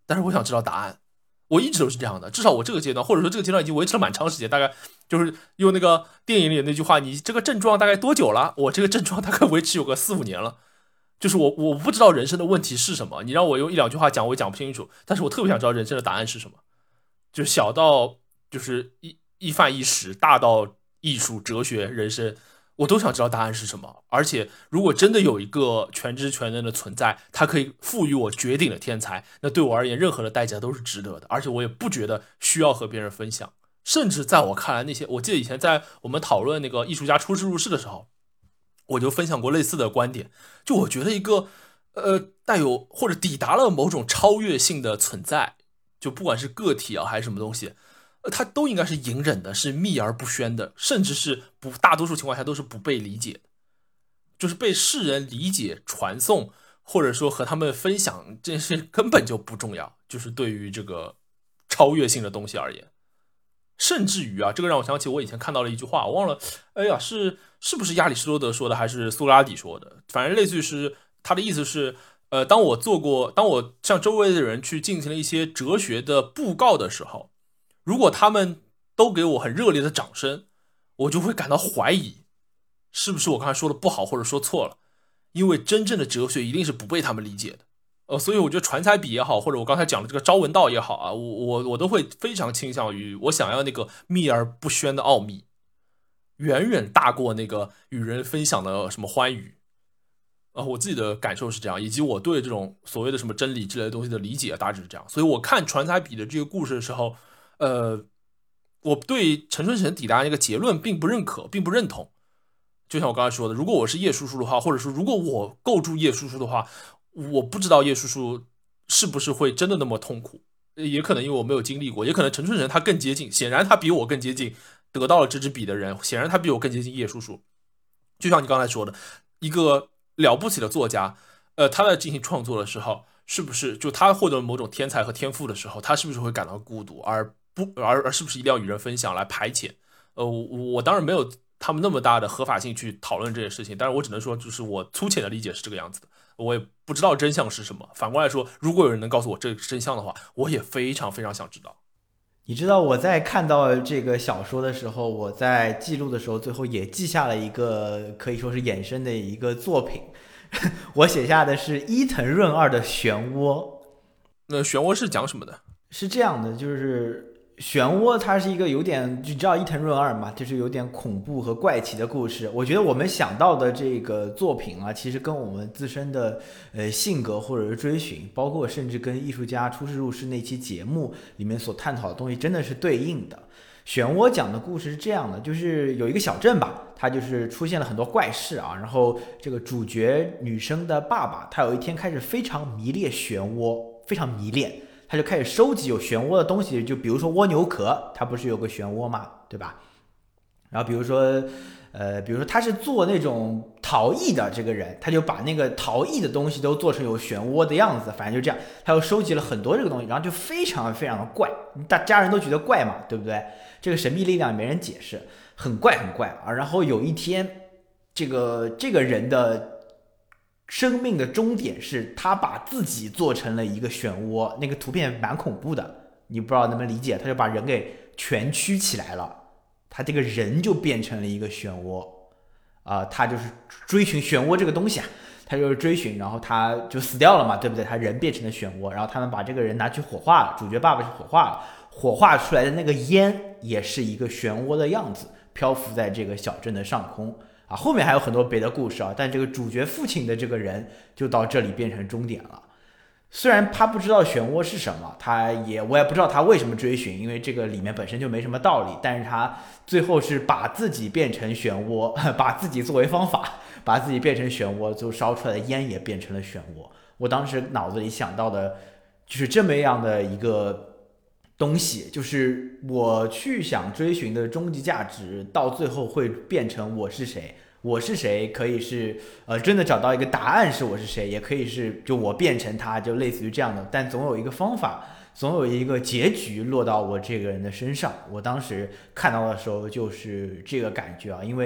S2: 但是我想知道答案。我一直都是这样的，至少我这个阶段，或者说这个阶段已经维持了蛮长时间，大概就是用那个电影里的那句话，你这个症状大概多久了？我这个症状大概维持有个4-5年了。就是我不知道人生的问题是什么，你让我用1-2句话讲，我也讲不清楚。但是我特别想知道人生的答案是什么，就小到就是一饭一食，大到艺术、哲学、人生，我都想知道答案是什么。而且，如果真的有一个全知全能的存在，它可以赋予我绝顶的天才，那对我而言，任何的代价都是值得的。而且，我也不觉得需要和别人分享。甚至在我看来，那些我记得以前在我们讨论那个艺术家出世入世的时候，我就分享过类似的观点。就我觉得一个带有或者抵达了某种超越性的存在，就不管是个体啊还是什么东西，它都应该是隐忍的，是秘而不宣的，甚至是大多数情况下都是不被理解的，就是被世人理解、传颂，或者说和他们分享，这些根本就不重要。就是对于这个超越性的东西而言，甚至于啊，这个让我想起我以前看到了一句话，我忘了，哎呀，是不是亚里士多德说的，还是苏格拉底说的？反正类似于是他的意思是，当我向周围的人去进行了一些哲学的布告的时候，如果他们都给我很热烈的掌声，我就会感到怀疑，是不是我刚才说的不好或者说错了？因为真正的哲学一定是不被他们理解的。所以我觉得传彩笔也好，或者我刚才讲的这个朝闻道也好啊，我都会非常倾向于我想要那个秘而不宣的奥秘，远远大过那个与人分享的什么欢愉。我自己的感受是这样，以及我对这种所谓的什么真理之类的东西的理解大致是这样。所以我看传彩笔的这个故事的时候，我对陈春成抵达那个结论并不认可，并不认同。就像我刚才说的，如果我是叶叔叔的话，或者说如果我构筑叶叔叔的话，我不知道叶叔叔是不是会真的那么痛苦，也可能因为我没有经历过，也可能陈春成他更接近，显然他比我更接近得到了这支笔的人，显然他比我更接近叶叔叔。就像你刚才说的，一个了不起的作家，他在进行创作的时候，是不是就他获得了某种天才和天赋的时候，他是不是会感到孤独，而是不是一定要与人分享来排遣？我当然没有他们那么大的合法性去讨论这件事情，但是我只能说，就是我粗浅的理解是这个样子的。我也不知道真相是什么。反过来说，如果有人能告诉我这个真相的话，我也非常非常想知道。
S1: 你知道我在看到这个小说的时候，我在记录的时候，最后也记下了一个可以说是衍生的一个作品。我写下的是伊藤润二的漩涡。
S2: 那漩涡是讲什么的？
S1: 是这样的，就是漩涡它是一个有点，你知道伊藤润二嘛，就是有点恐怖和怪奇的故事。我觉得我们想到的这个作品啊，其实跟我们自身的性格或者是追寻，包括甚至跟艺术家出世入世那期节目里面所探讨的东西真的是对应的。漩涡讲的故事是这样的，就是有一个小镇吧，它就是出现了很多怪事啊，然后这个主角女生的爸爸，他有一天开始非常迷恋漩涡，非常迷恋。他就开始收集有漩涡的东西，就比如说蜗牛壳，它不是有个漩涡嘛，对吧？然后比如说他是做那种陶艺的这个人，他就把那个陶艺的东西都做成有漩涡的样子，反正就这样，他又收集了很多这个东西，然后就非常非常的怪，大家人都觉得怪嘛，对不对？这个神秘力量没人解释，很怪很怪啊。然后有一天，这个人的生命的终点是他把自己做成了一个漩涡，那个图片蛮恐怖的，你不知道能不能理解？他就把人给蜷曲起来了，他这个人就变成了一个漩涡他就是追寻漩涡这个东西啊，他就是追寻，然后他就死掉了嘛，对不对？他人变成了漩涡，然后他们把这个人拿去火化了，主角爸爸是火化了，火化出来的那个烟也是一个漩涡的样子，漂浮在这个小镇的上空。后面还有很多别的故事但这个主角父亲的这个人就到这里变成终点了。虽然他不知道漩涡是什么，我也不知道他为什么追寻，因为这个里面本身就没什么道理，但是他最后是把自己变成漩涡，把自己作为方法，把自己变成漩涡，就烧出来的烟也变成了漩涡。我当时脑子里想到的就是这么样的一个东西，就是我去想追寻的终极价值，到最后会变成我是谁。我是谁可以是真的找到一个答案是我是谁，也可以是就我变成他，就类似于这样的，但总有一个方法，总有一个结局落到我这个人的身上。我当时看到的时候就是这个感觉因为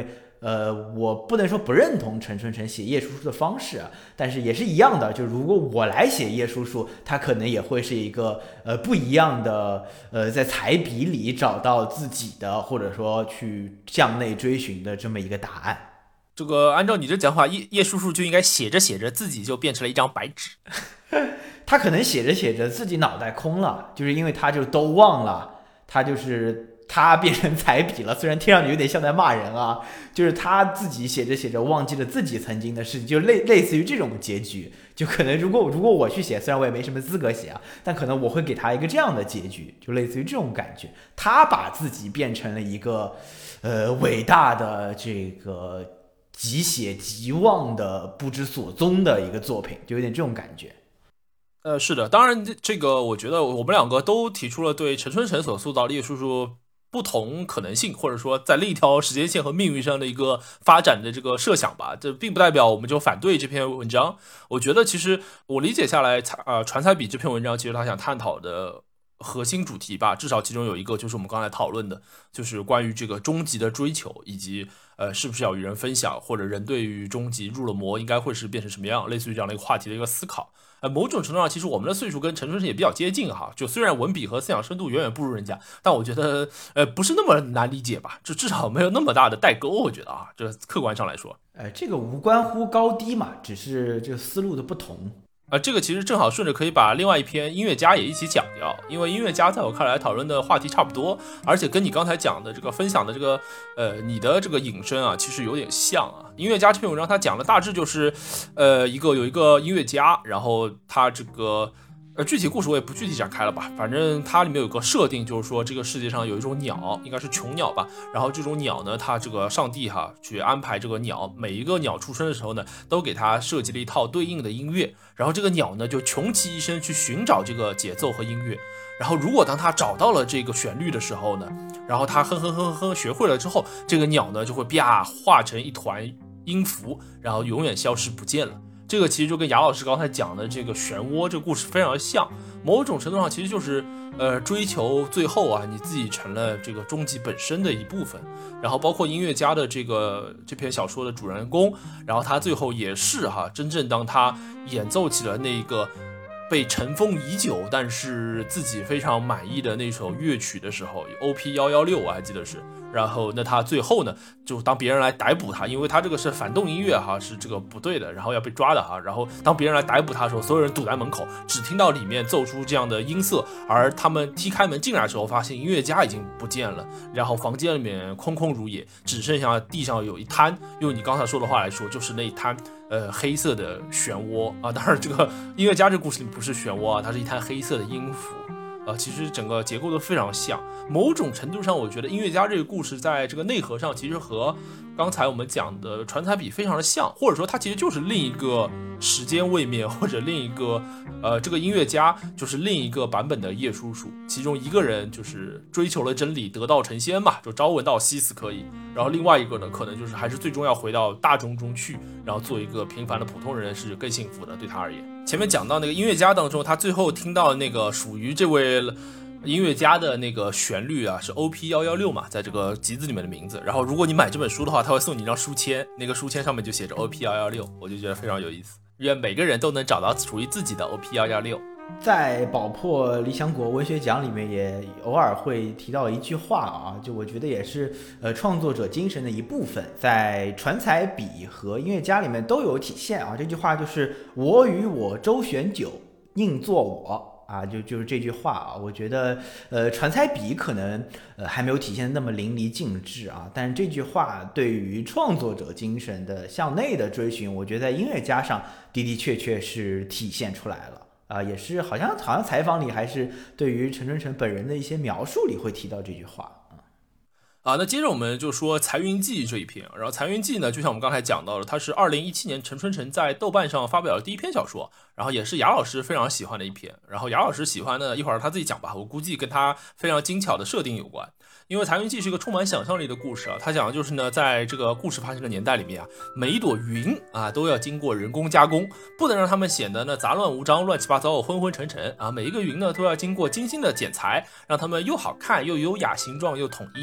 S1: 我不能说不认同陈春成写叶叔叔的方式啊，但是也是一样的，就如果我来写叶叔叔，他可能也会是一个不一样的在彩笔里找到自己的，或者说去向内追寻的这么一个答案。
S2: 这个按照你这讲法，叶叔叔就应该写着写着自己就变成了一张白纸。
S1: 他可能写着写着自己脑袋空了，就是因为他就都忘了，他变成彩笔了，虽然听上去有点像在骂人啊，就是他自己写着写着忘记了自己曾经的事情，就类似于这种结局。就可能如果我去写，虽然我也没什么资格写啊，但可能我会给他一个这样的结局，就类似于这种感觉。他把自己变成了一个伟大的这个极写极忘的不知所踪的一个作品，就有点这种感觉。
S2: 是的，当然这个我觉得我们两个都提出了对陈春成所塑造的叶叔叔不同可能性，或者说在另一条时间线和命运上的一个发展的这个设想吧。这并不代表我们就反对这篇文章。我觉得其实我理解下来，传彩笔这篇文章其实他想探讨的核心主题吧，至少其中有一个就是我们刚才讨论的，就是关于这个终极的追求，以及是不是要与人分享，或者人对于终极入了魔应该会是变成什么样，类似于这样的一个话题的一个思考。某种程度上，其实我们的岁数跟陈春成也比较接近哈，就虽然文笔和思想深度远远不如人家，但我觉得不是那么难理解吧，就至少没有那么大的代沟，我觉得啊，这客观上来说，
S1: 这个无关乎高低嘛，只是这个思路的不同。
S2: 这个其实正好顺着可以把另外一篇音乐家也一起讲掉，因为音乐家在我看来讨论的话题差不多，而且跟你刚才讲的这个分享的这个你的这个引申啊，其实有点像啊。音乐家这篇文章他讲的大致就是有一个音乐家，然后他这个具体故事我也不具体展开了吧，反正它里面有个设定，就是说这个世界上有一种鸟，应该是穷鸟吧，然后这种鸟呢，它这个上帝去安排这个鸟，每一个鸟出生的时候呢，都给它设计了一套对应的音乐，然后这个鸟呢就穷其一生去寻找这个节奏和音乐，然后如果当它找到了这个旋律的时候呢，然后它哼学会了之后，这个鸟呢就会啪化成一团音符，然后永远消失不见了。这个其实就跟雅老师刚才讲的这个漩涡这个故事非常的像，某种程度上其实就是追求最后啊你自己成了这个终极本身的一部分，然后包括音乐家的这篇小说的主人公，然后他最后也是真正当他演奏起了那个被尘封已久但是自己非常满意的那首乐曲的时候 OP116 我还记得是，然后那他最后呢就当别人来逮捕他，因为他这个是反动音乐是这个不对的，然后要被抓的然后当别人来逮捕他的时候，所有人堵在门口，只听到里面奏出这样的音色，而他们踢开门进来的时候发现音乐家已经不见了，然后房间里面空空如也，只剩下地上有一滩，用你刚才说的话来说就是那一滩黑色的漩涡当然这个音乐家这个故事里不是漩涡它是一滩黑色的音符其实整个结构都非常像，某种程度上我觉得音乐家这个故事在这个内核上其实和刚才我们讲的传彩笔非常的像，或者说它其实就是另一个时间位面，或者另一个这个音乐家就是另一个版本的叶叔叔，其中一个人就是追求了真理得道成仙嘛，就朝闻道夕死可以，然后另外一个呢可能就是还是最终要回到大众中去，然后做一个平凡的普通人是更幸福的，对他而言。前面讲到那个音乐家当中，他最后听到那个属于这位音乐家的那个旋律是 OP116 嘛，在这个集子里面的名字，然后如果你买这本书的话，他会送你一张书签，那个书签上面就写着 OP116， 我就觉得非常有意思，愿每个人都能找到属于自己的 OP116。
S1: 在宝珀理想国文学奖里面也偶尔会提到一句话就我觉得也是创作者精神的一部分，在传彩笔和音乐家里面都有体现这句话就是我与我周旋久，宁做我就是这句话我觉得传彩笔可能还没有体现的那么淋漓尽致但是这句话对于创作者精神的向内的追寻，我觉得在音乐家上的的确确是体现出来了也是好像采访里还是对于陈春成本人的一些描述里会提到这句话
S2: 那接着我们就说《财云记》这一篇，然后《财云记》呢，就像我们刚才讲到了，它是2017年陈春成在豆瓣上发表的第一篇小说，然后也是雅老师非常喜欢的一篇，然后雅老师喜欢的一会儿他自己讲吧，我估计跟他非常精巧的设定有关。因为《财云记》是一个充满想象力的故事它讲的就是呢，在这个故事发生的年代里面每一朵云都要经过人工加工，不能让它们显得呢杂乱无章、乱七八糟、昏昏沉沉每一个云呢都要经过精心的剪裁，让它们又好看又优雅，形状又统一。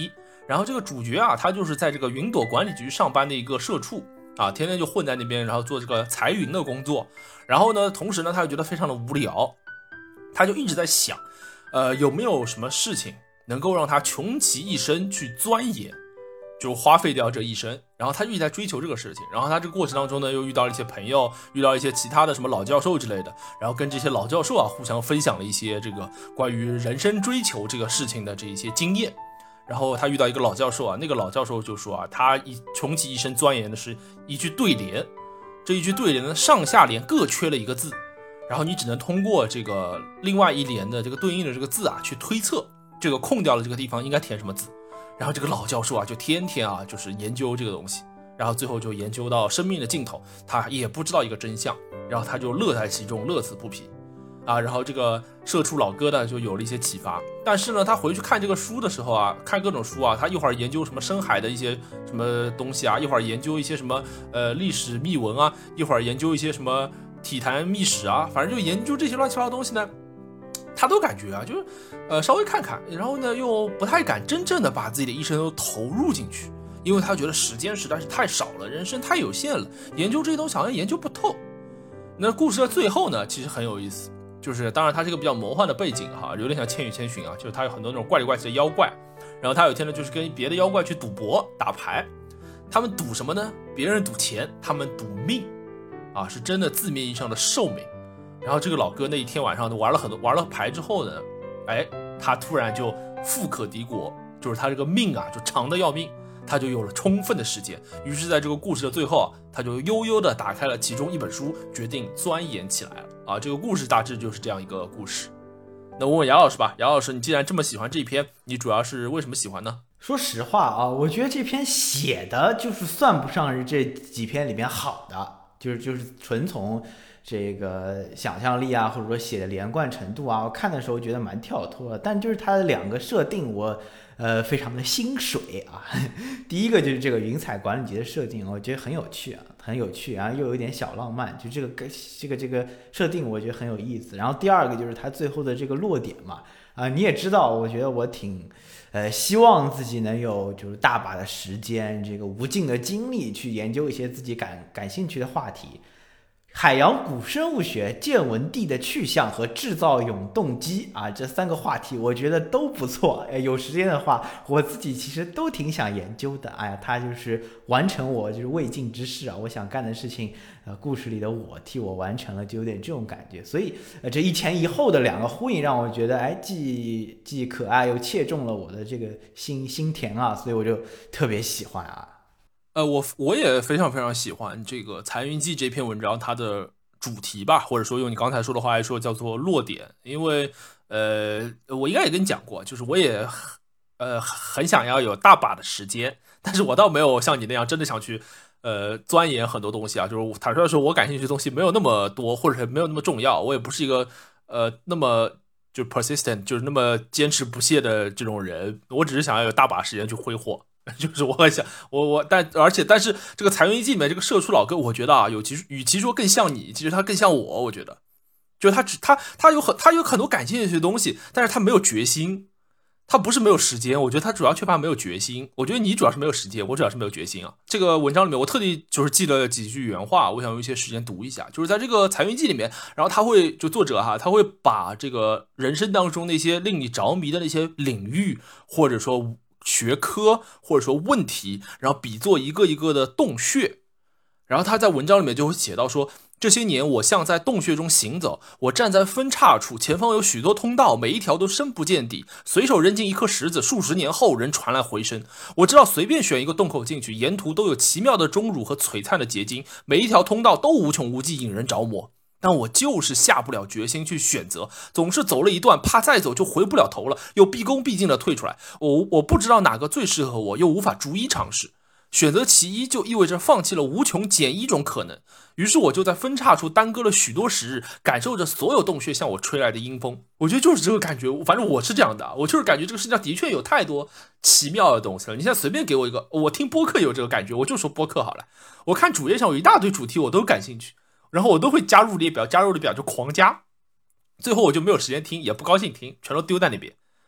S2: 然后这个主角啊，他就是在这个云朵管理局上班的一个社畜啊，天天就混在那边，然后做这个裁云的工作。然后呢，同时呢，他又觉得非常的无聊，他就一直在想，有没有什么事情能够让他穷其一生去钻研，就花费掉这一生。然后他就一直在追求这个事情。然后他这个过程当中呢，又遇到了一些朋友，遇到一些其他的什么老教授之类的，然后跟这些老教授啊互相分享了一些这个关于人生追求这个事情的这一些经验。然后他遇到一个老教授啊，那个老教授就说啊，他穷其一生钻研的是一句对联，这一句对联呢，上下联各缺了一个字，然后你只能通过这个另外一联的这个对应的这个字啊，去推测这个空掉了这个地方应该填什么字。然后这个老教授啊，就天天啊就是研究这个东西，然后最后就研究到生命的尽头，他也不知道一个真相，然后他就乐在其中，乐此不疲。啊，然后这个社畜老哥呢就有了一些启发，但是呢，他回去看这个书的时候啊，看各种书啊，他一会儿研究什么深海的一些什么东西啊，一会儿研究一些什么历史秘闻啊，一会儿研究一些什么体坛秘史啊，反正就研究这些乱七八糟东西呢，他都感觉啊，就是稍微看看，然后呢又不太敢真正的把自己的一生都投入进去，因为他觉得时间实在是太少了，人生太有限了，研究这些东西好像研究不透。那故事的最后呢，其实很有意思。就是当然它是一个比较魔幻的背景哈，有点像千与千寻啊，就是它有很多那种怪里怪气的妖怪，然后他有一天呢就是跟别的妖怪去赌博打牌，他们赌什么呢？别人赌钱，他们赌命啊，是真的字面意义上的寿命。然后这个老哥那一天晚上玩了牌之后呢，他突然就富可敌国，就是他这个命啊就长得要命，他就有了充分的时间。于是在这个故事的最后啊，他就悠悠的打开了其中一本书，决定钻研起来了啊。这个故事大致就是这样一个故事。那问问杨老师吧，杨老师，你既然这么喜欢这一篇，你主要是为什么喜欢呢？
S1: 说实话啊，我觉得这篇写的就是算不上是这几篇里面好的，就是纯从这个想象力啊，或者说写的连贯程度啊，我看的时候觉得蛮跳脱的。但就是它的两个设定我非常的心水啊。第一个就是这个云彩管理局的设定，我觉得很有趣啊，很有趣，然后又有一点小浪漫，就这个设定我觉得很有意思。然后第二个就是它最后的这个落点嘛，你也知道，我觉得我挺希望自己能有就是大把的时间，这个无尽的精力去研究一些自己感兴趣的话题。海洋古生物学、见闻地的去向和制造永动机啊，这三个话题我觉得都不错。有时间的话，我自己其实都挺想研究的。它就是完成我就是未尽之事啊，我想干的事情，故事里的我替我完成了，就有点这种感觉。所以这一前一后的两个呼应，让我觉得既可爱又切中了我的这个心田啊，所以我就特别喜欢啊。
S2: 我也非常非常喜欢这个《残云记》这篇文章，它的主题吧，或者说用你刚才说的话来说，叫做落点。因为我应该也跟你讲过，就是我也很想要有大把的时间，但是我倒没有像你那样真的想去钻研很多东西啊。就是坦率说，我感兴趣的东西没有那么多，或者没有那么重要。我也不是一个那么就 persistent， 就是那么坚持不懈的这种人。我只是想要有大把时间去挥霍。就是我很想但是这个《残云记》里面这个社畜老哥，我觉得啊，与其说更像你，其实他更像我觉得，就是他有很多感兴趣的东西，但是他没有决心，他不是没有时间，我觉得他主要缺乏没有决心。我觉得你主要是没有时间，我主要是没有决心啊。这个文章里面我特地就是记了几句原话，我想用一些时间读一下。就是在这个《残云记》里面，然后作者他会把这个人生当中那些令你着迷的那些领域，或者说学科或者说问题，然后比作一个一个的洞穴。然后他在文章里面就会写到说，这些年我像在洞穴中行走，我站在分叉处，前方有许多通道，每一条都深不见底，随手扔进一颗石子，数十年后仍传来回声。我知道随便选一个洞口进去，沿途都有奇妙的钟乳和璀璨的结晶，每一条通道都无穷无际，引人着魔。但我就是下不了决心去选择，总是走了一段，怕再走就回不了头了，又毕恭毕敬的退出来。我不知道哪个最适合我，又无法逐一尝试。选择其一就意味着放弃了无穷减一种可能。于是我就在分叉处耽搁了许多时日，感受着所有洞穴向我吹来的阴风。我觉得就是这个感觉，反正我是这样的，我就是感觉这个世界上的确有太多奇妙的东西了。你现在随便给我一个，我听播客有这个感觉，我就说播客好了。我看主页上有一大堆主题，我都感兴趣。然后我都会加入列表就狂加，最后我就没有时间听，也不高兴听，全都丢在那边。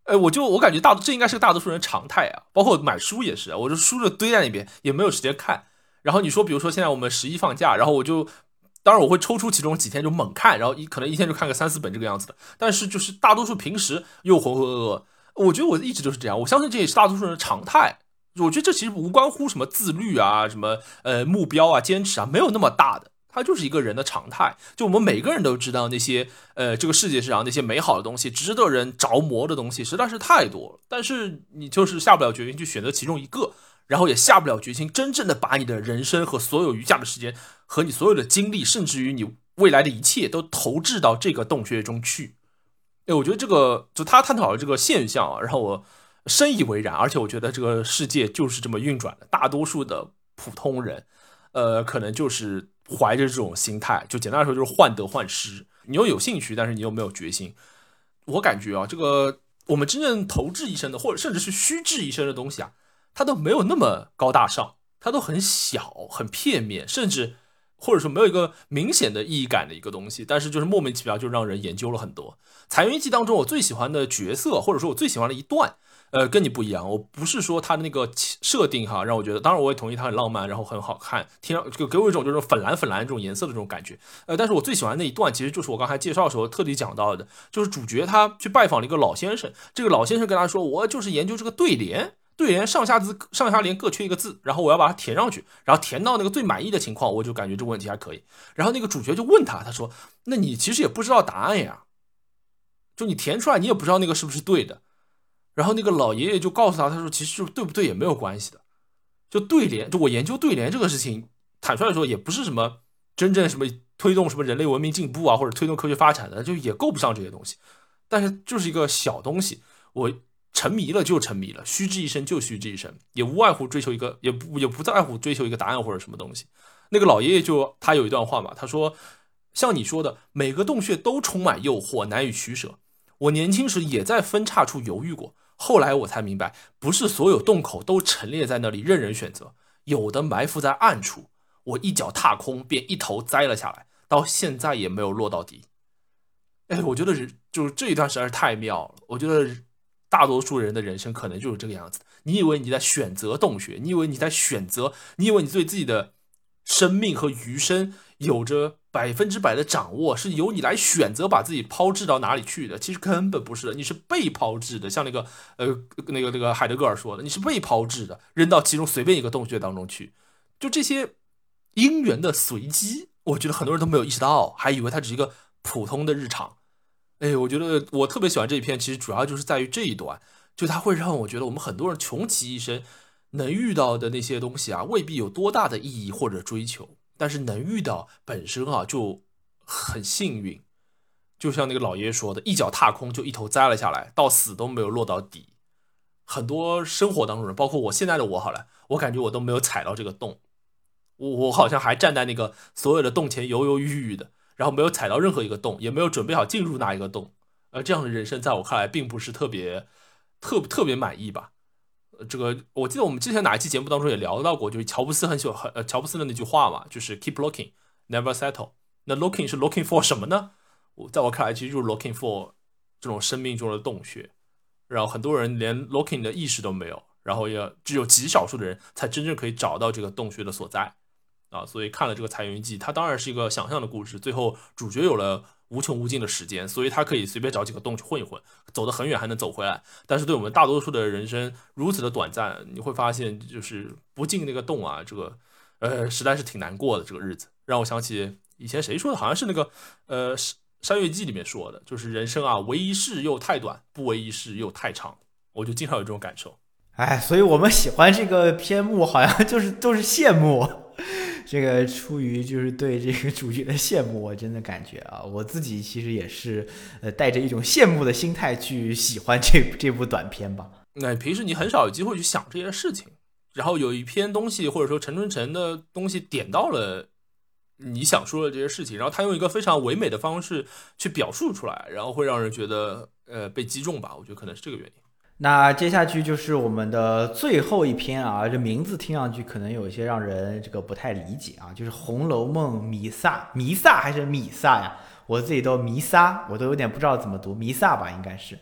S2: 我感觉这应该是个大多数人常态啊，包括买书也是，我这书就堆在那边，也没有时间看。然后你说，比如说现在我们11放假，然后当然我会抽出其中几天就猛看，然后可能一天就看个3-4本这个样子的。但是就是大多数平时又浑浑噩噩，我觉得我一直都是这样，我相信这也是大多数人的常态。我觉得这其实无关乎什么自律啊，什么目标啊、坚持啊，没有那么大的。它就是一个人的常态，就我们每个人都知道那些这个世界上那些美好的东西，值得人着魔的东西实在是太多了，但是你就是下不了决心去选择其中一个，然后也下不了决心真正的把你的人生和所有余下的时间和你所有的精力，甚至于你未来的一切都投掷到这个洞穴中去。我觉得这个就他探讨的这个现象啊，让我深以为然，而且我觉得这个世界就是这么运转的，大多数的普通人可能就是怀着这种心态，就简单来说就是患得患失。你又有兴趣，但是你又没有决心。我感觉啊，这个我们真正投掷一生的，或者甚至是虚掷一生的东西啊，它都没有那么高大上，它都很小、很片面，甚至或者说没有一个明显的意义感的一个东西。但是就是莫名其妙就让人研究了很多。裁员记当中我最喜欢的角色，或者说我最喜欢的一段，跟你不一样，我不是说他的那个设定哈，让我觉得，当然我也同意他很浪漫，然后很好看，就给我一种就是粉蓝这种颜色的这种感觉。但是我最喜欢的那一段，其实就是我刚才介绍的时候特地讲到的，就是主角他去拜访了一个老先生，这个老先生跟他说，我就是研究这个对联上下联各缺一个字，然后我要把它填上去，然后填到那个最满意的情况，我就感觉这个问题还可以。然后那个主角就问他说，那你其实也不知道答案呀，就你填出来你也不知道那个是不是对的。然后那个老爷爷就告诉他说其实对不对也没有关系的，就对联，就我研究对联这个事情，坦率来说也不是什么真正什么推动什么人类文明进步啊，或者推动科学发展的，就也够不上这些东西。但是就是一个小东西，我沉迷了就沉迷了，虚掷一生就虚掷一生，也无外乎追求一个，也不在乎追求一个答案或者什么东西。那个老爷爷他有一段话嘛，他说，像你说的，每个洞穴都充满诱惑，难以取舍。我年轻时也在分叉处犹豫过，后来我才明白，不是所有洞口都陈列在那里任人选择，有的埋伏在暗处。我一脚踏空，便一头栽了下来，到现在也没有落到底。我觉得就是这一段实在是太妙了。我觉得大多数人的人生可能就是这个样子。你以为你在选择洞穴，你以为你对自己的生命和余生有着100%的掌握，是由你来选择把自己抛掷到哪里去的。其实根本不是的，你是被抛掷的。像那个海德格尔说的，你是被抛掷的，扔到其中随便一个洞穴当中去。就这些因缘的随机，我觉得很多人都没有意识到，还以为它只是一个普通的日常。我觉得我特别喜欢这一篇，其实主要就是在于这一段，就它会让我觉得我们很多人穷其一生能遇到的那些东西啊，未必有多大的意义或者追求，但是能遇到本身啊就很幸运。就像那个老爷爷说的，一脚踏空就一头栽了下来，到死都没有落到底。很多生活当中人，包括我现在的我好了，我感觉我都没有踩到这个洞，我好像还站在那个所有的洞前犹犹豫豫的，然后没有踩到任何一个洞，也没有准备好进入那一个洞。这样的人生在我看来并不是特别满意吧。这个我记得我们之前哪一期节目当中也聊到过，就是乔布斯很喜欢乔布斯的那句话嘛，就是 keep looking never settle。 那 looking 是 looking for 什么呢？在我看来其实就是 looking for 这种生命中的洞穴，然后很多人连 looking 的意识都没有，然后也只有极少数的人才真正可以找到这个洞穴的所在啊。所以看了这个裁员记，它当然是一个想象的故事，最后主角有了无穷无尽的时间，所以他可以随便找几个洞去混一混，走得很远还能走回来。但是对我们大多数的人生如此的短暂，你会发现就是不进那个洞啊，这个实在是挺难过的。这个日子让我想起以前谁说的，好像是那个山月记里面说的，就是人生啊，为一事又太短，不为一事又太长。我就经常有这种感受。
S1: 所以我们喜欢这个篇目，好像都是羡慕。这个出于就是对这个主角的羡慕，我真的感觉啊，我自己其实也是带着一种羡慕的心态去喜欢这部短片吧。
S2: 那平时你很少有机会去想这些事情，然后有一篇东西或者说陈春成的东西点到了你想说的这些事情，然后他用一个非常唯美的方式去表述出来，然后会让人觉得被击中吧。我觉得可能是这个原因。
S1: 那接下去就是我们的最后一篇啊，这名字听上去可能有一些让人这个不太理解啊，就是《红楼梦》弥撒还是米撒呀？我自己都弥撒，我都有点不知道怎么读，弥撒吧应该是。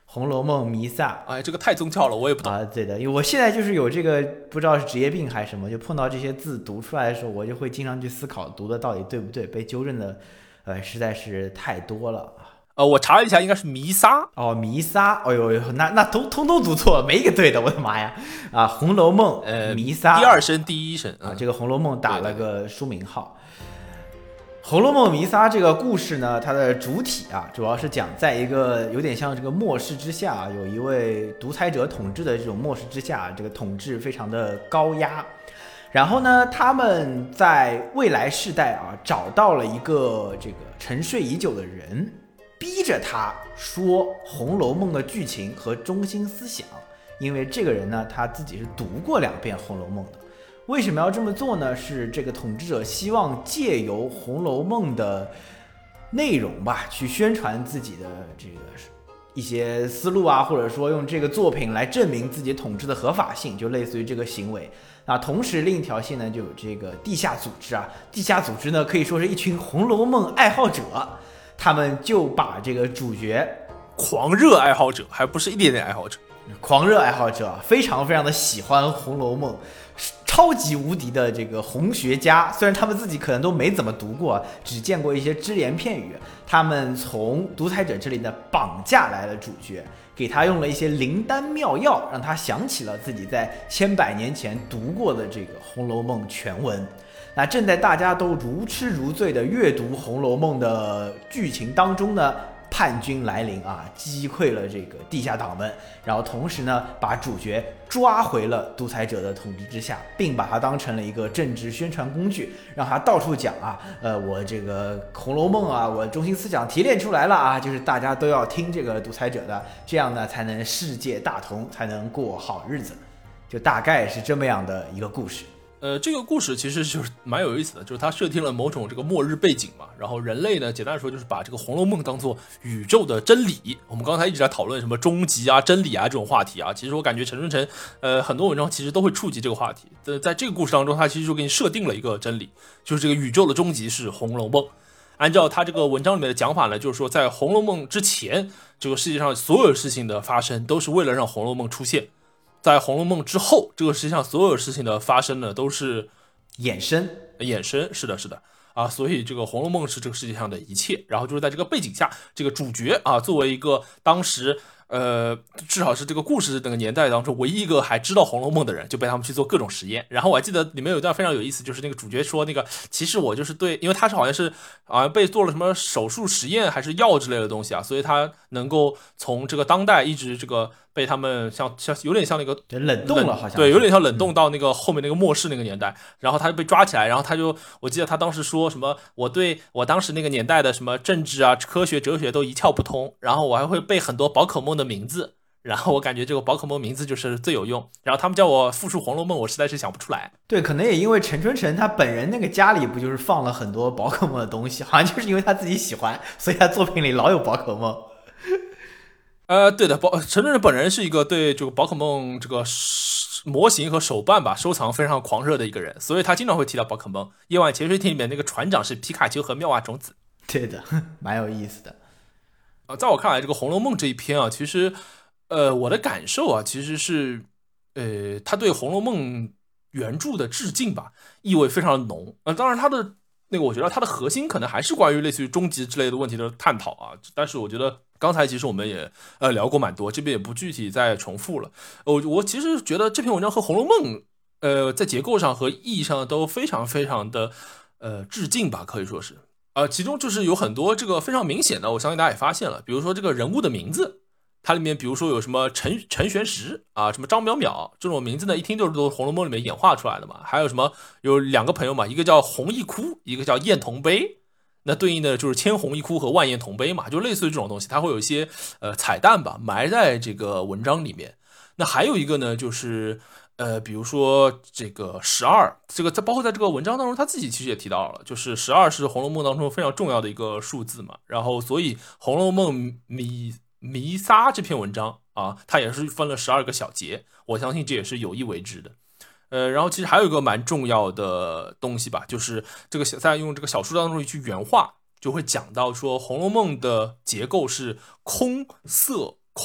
S1: 红楼梦》弥撒。
S2: 哎，这个太宗教了，我也不懂
S1: 啊。对的，因为我现在就是有这个不知道是职业病还是什么，就碰到这些字读出来的时候，我就会经常去思考读的到底对不对，被纠正的实在是太多了。
S2: 我查了一下，应该是弥撒。
S1: 哦，弥撒，哎呦，那通通读错了，没一个对的，我的妈呀！啊，《红楼梦》弥撒，
S2: 第二声第一声
S1: 啊，这个《红楼梦》打了个书名号。《红楼梦》弥撒这个故事呢，它的主体啊，主要是讲在一个有点像这个末世之下，有一位独裁者统治的这种末世之下，这个统治非常的高压。然后呢，他们在未来世代啊，找到了一个这个沉睡已久的人，逼着他说《红楼梦》的剧情和中心思想，因为这个人呢，他自己是读过2遍《红楼梦》的。为什么要这么做呢？是这个统治者希望借由《红楼梦》的内容吧，去宣传自己的这个一些思路啊，或者说用这个作品来证明自己统治的合法性，就类似于这个行为。那同时另一条线呢，就有这个地下组织啊，地下组织呢可以说是一群《红楼梦》爱好者，他们就把这个主角
S2: 狂热爱好者，还不是一点点爱好者，
S1: 狂热爱好者，非常非常的喜欢《红楼梦》。超级无敌的这个红学家，虽然他们自己可能都没怎么读过，只见过一些只言片语，他们从独裁者这里呢绑架来了主角，给他用了一些灵丹妙药，让他想起了自己在千百年前读过的这个《红楼梦》全文。那正在大家都如痴如醉的阅读《红楼梦》的剧情当中呢，叛军来临啊，击溃了这个地下党们，然后同时呢，把主角抓回了独裁者的统治之下，并把它当成了一个政治宣传工具，让他到处讲啊，我这个《红楼梦》啊，我中心思想提炼出来了啊，就是大家都要听这个独裁者的，这样呢才能世界大同，才能过好日子，就大概是这么样的一个故事。
S2: 这个故事其实就是蛮有意思的，就是它设定了某种这个末日背景嘛，然后人类呢，简单来说就是把这个《红楼梦》当做宇宙的真理。我们刚才一直在讨论什么终极啊、真理啊这种话题啊，其实我感觉陈春成很多文章其实都会触及这个话题。在这个故事当中，他其实就给你设定了一个真理，就是这个宇宙的终极是《红楼梦》。按照他这个文章里面的讲法呢，就是说在《红楼梦》之前，这个世界上所有事情的发生都是为了让《红楼梦》出现。在《红楼梦》之后，这个世界上所有事情的发生呢，都是
S1: 衍生，
S2: 是的啊，所以这个《红楼梦》是这个世界上的一切。然后就是在这个背景下，这个主角啊，作为一个当时至少是这个故事那个年代当中唯一一个还知道《红楼梦》的人，就被他们去做各种实验。然后我还记得里面有一段非常有意思，就是那个主角说，那个其实我就是对，因为他是好像被做了什么手术实验还是药之类的东西啊，所以他能够从这个当代一直这个被他们像有点像那个
S1: 冷冻了，好像
S2: 对，有点像冷冻到那个后面那个末世那个年代。然后他就被抓起来，然后我记得他当时说什么，我对我当时那个年代的什么政治啊、科学、哲学都一窍不通，然后我还会背很多宝可梦的名字，然后我感觉这个宝可梦名字就是最有用。然后他们叫我复述《红楼梦》，我实在是想不出来。
S1: 对，可能也因为陈春成他本人那个家里不就是放了很多宝可梦的东西，好像就是因为他自己喜欢，所以他作品里老有宝可梦。
S2: 对的，陈春成本人是一个对这个宝可梦这个模型和手办吧收藏非常狂热的一个人，所以他经常会提到宝可梦。夜晚潜水艇里面那个船长是皮卡丘和妙蛙种子。
S1: 对的，蛮有意思的。
S2: 在我看来，这个《红楼梦》这一篇啊，其实我的感受啊，其实是他对《红楼梦》原著的致敬吧，意味非常的浓。当然他的那个我觉得它的核心可能还是关于类似于终极之类的问题的探讨啊，但是我觉得刚才其实我们也聊过蛮多，这边也不具体再重复了。我其实觉得这篇文章和《红楼梦》在结构上和意义上都非常非常的致敬吧，可以说是其中就是有很多这个非常明显的，我相信大家也发现了，比如说这个人物的名字。它里面比如说有什么陈玄石啊，什么张淼淼这种名字呢，一听就是都是《红楼梦》里面演化出来的嘛。还有什么有2个朋友嘛，一个叫红一哭，一个叫燕同悲，那对应的就是千红一哭和万燕同悲嘛，就类似于这种东西，它会有一些彩蛋吧，埋在这个文章里面。那还有一个呢，就是比如说这个12，这个包括在这个文章当中，他自己其实也提到了，就是12是《红楼梦》当中非常重要的一个数字嘛。然后所以《红楼梦》弥撒这篇文章啊，它也是分了12个小节，我相信这也是有意为之的。然后其实还有一个蛮重要的东西吧，就是这个在用这个小说当中一句原话，就会讲到说《红楼梦》的结构是空色空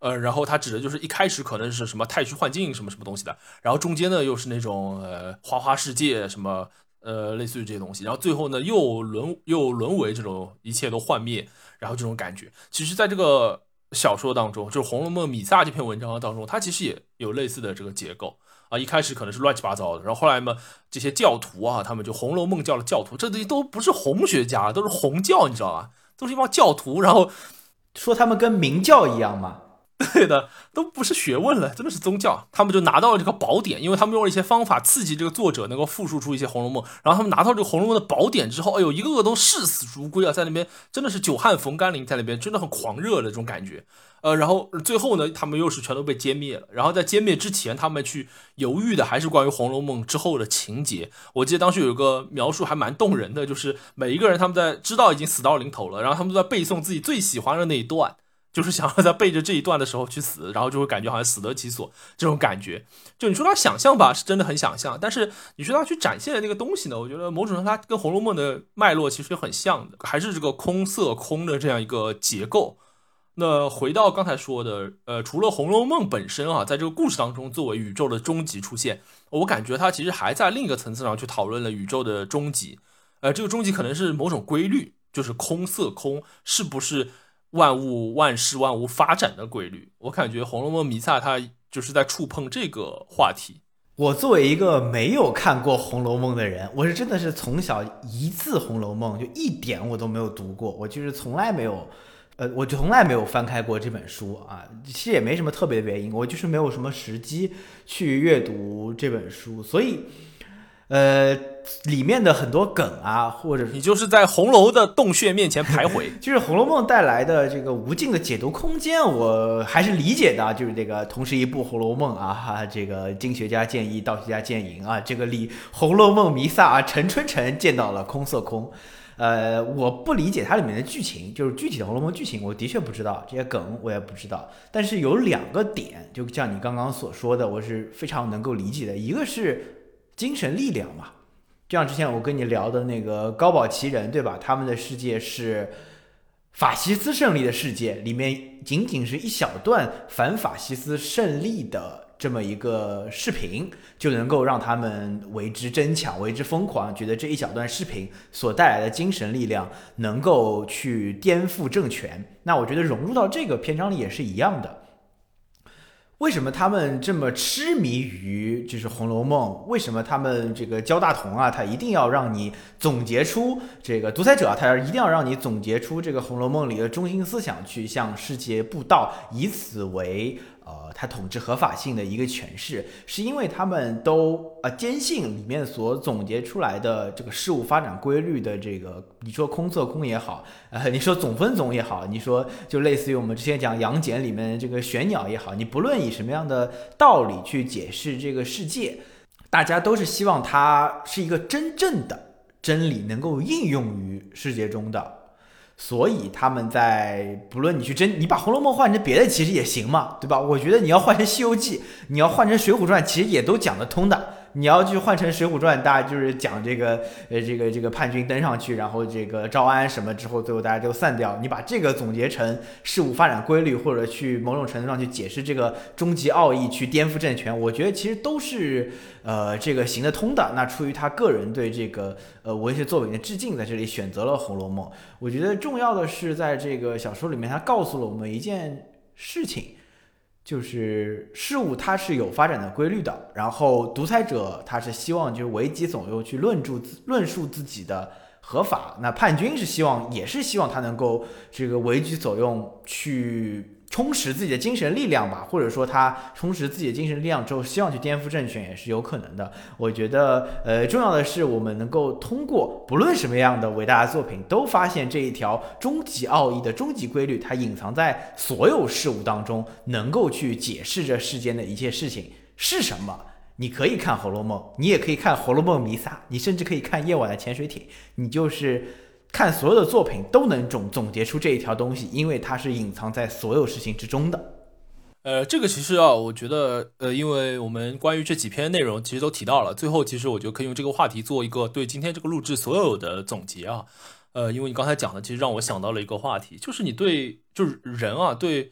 S2: 然后它指的就是一开始可能是什么太虚幻境什么什么东西的，然后中间呢又是那种花花世界什么类似于这些东西，然后最后呢又沦为这种一切都幻灭，然后这种感觉，其实在这个小说当中，就是《红楼梦》米萨这篇文章当中，它其实也有类似的这个结构啊。一开始可能是乱七八糟的，然后后来嘛，这些教徒啊，他们就《红楼梦》教的教徒，这都不是红学家，都是红教，你知道吧？都是一帮教徒，然后
S1: 说他们跟明教一样嘛。
S2: 对的，都不是学问了，真的是宗教。他们就拿到了这个宝典，因为他们用了一些方法刺激这个作者能够复述出一些《红楼梦》，然后他们拿到这个《红楼梦》的宝典之后，哎呦，一个个都视死如归啊，在那边真的是久旱逢甘霖，在那边真的很狂热的这种感觉。然后最后呢，他们又是全都被歼灭了。然后在歼灭之前，他们去犹豫的还是关于《红楼梦》之后的情节。我记得当时有一个描述还蛮动人的，就是每一个人他们在知道已经死到临头了，然后他们都在背诵自己最喜欢的那一段。就是想要在背着这一段的时候去死，然后就会感觉好像死得其所，这种感觉。就你说他想象吧，是真的很想象，但是你说他去展现的那个东西呢，我觉得某种程度它跟《红楼梦》的脉络其实很像的，还是这个空色空的这样一个结构。那回到刚才说的，除了《红楼梦》本身啊，在这个故事当中作为宇宙的终极出现，我感觉它其实还在另一个层次上去讨论了宇宙的终极。这个终极可能是某种规律，就是空色空是不是万物万事万物发展的规律。我感觉《红楼梦》弥撒它就是在触碰这个话题。
S1: 我作为一个没有看过《红楼梦》的人，我是真的是从小一字《红楼梦》就一点我都没有读过，我就是从来没有翻开过这本书啊。其实也没什么特别的原因，我就是没有什么时机去阅读这本书，所以里面的很多梗啊，或者
S2: 你就是在红楼的洞穴面前徘徊
S1: 就是《红楼梦》带来的这个无尽的解读空间，我还是理解的。就是这个同是一部《红楼梦》啊，这个经学家见异，道学家见淫啊，这个离《红楼梦》弥撒啊，陈春成见到了空色空。我不理解它里面的剧情，就是具体的《红楼梦》剧情，我的确不知道，这些梗我也不知道。但是有两个点，就像你刚刚所说的，我是非常能够理解的。一个是精神力量嘛，就像之前我跟你聊的那个高保奇人，对吧？他们的世界是法西斯胜利的世界，里面仅仅是一小段反法西斯胜利的这么一个视频，就能够让他们为之争抢，为之疯狂，觉得这一小段视频所带来的精神力量能够去颠覆政权。那我觉得融入到这个篇章里也是一样的。为什么他们这么痴迷于就是《红楼梦》？为什么他们这个焦大同啊，他一定要让你总结出这个独裁者啊，他一定要让你总结出这个《红楼梦》里的中心思想，去向世界布道，以此为他统治合法性的一个诠释，是因为他们都坚信里面所总结出来的这个事物发展规律的这个，你说空色空也好，你说总分总也好，你说就类似于我们之前讲杨戬里面这个玄鸟也好，你不论以什么样的道理去解释这个世界，大家都是希望它是一个真正的真理能够应用于世界中的。所以他们在不论你把《红楼梦》换成别的其实也行嘛，对吧？我觉得你要换成《西游记》，你要换成《水浒传》，其实也都讲得通的。你要去换成《水浒传》，大家就是讲这个叛军登上去，然后这个招安什么之后，最后大家就散掉。你把这个总结成事物发展规律，或者去某种程度上去解释这个终极奥义，去颠覆政权，我觉得其实都是这个行得通的。那出于他个人对这个文学作品的致敬，在这里选择了《红楼梦》。我觉得重要的是在这个小说里面，他告诉了我们一件事情。就是事物它是有发展的规律的，然后独裁者他是希望就是为己所用去论述自己的合法，那叛军也是希望他能够这个为己所用去充实自己的精神力量吧，或者说他充实自己的精神力量之后，希望去颠覆政权也是有可能的。我觉得重要的是我们能够通过不论什么样的伟大的作品，都发现这一条终极奥义的终极规律，它隐藏在所有事物当中，能够去解释这世间的一切事情是什么。你可以看《红楼梦》，你也可以看《红楼梦》弥撒，你甚至可以看《夜晚的潜水艇》，你就是看所有的作品都能总结出这一条东西，因为它是隐藏在所有事情之中的。
S2: 这个其实啊，我觉得因为我们关于这几篇内容其实都提到了，最后其实我就可以用这个话题做一个对今天这个录制所有的总结啊。因为你刚才讲的其实让我想到了一个话题，就是你就是人啊，对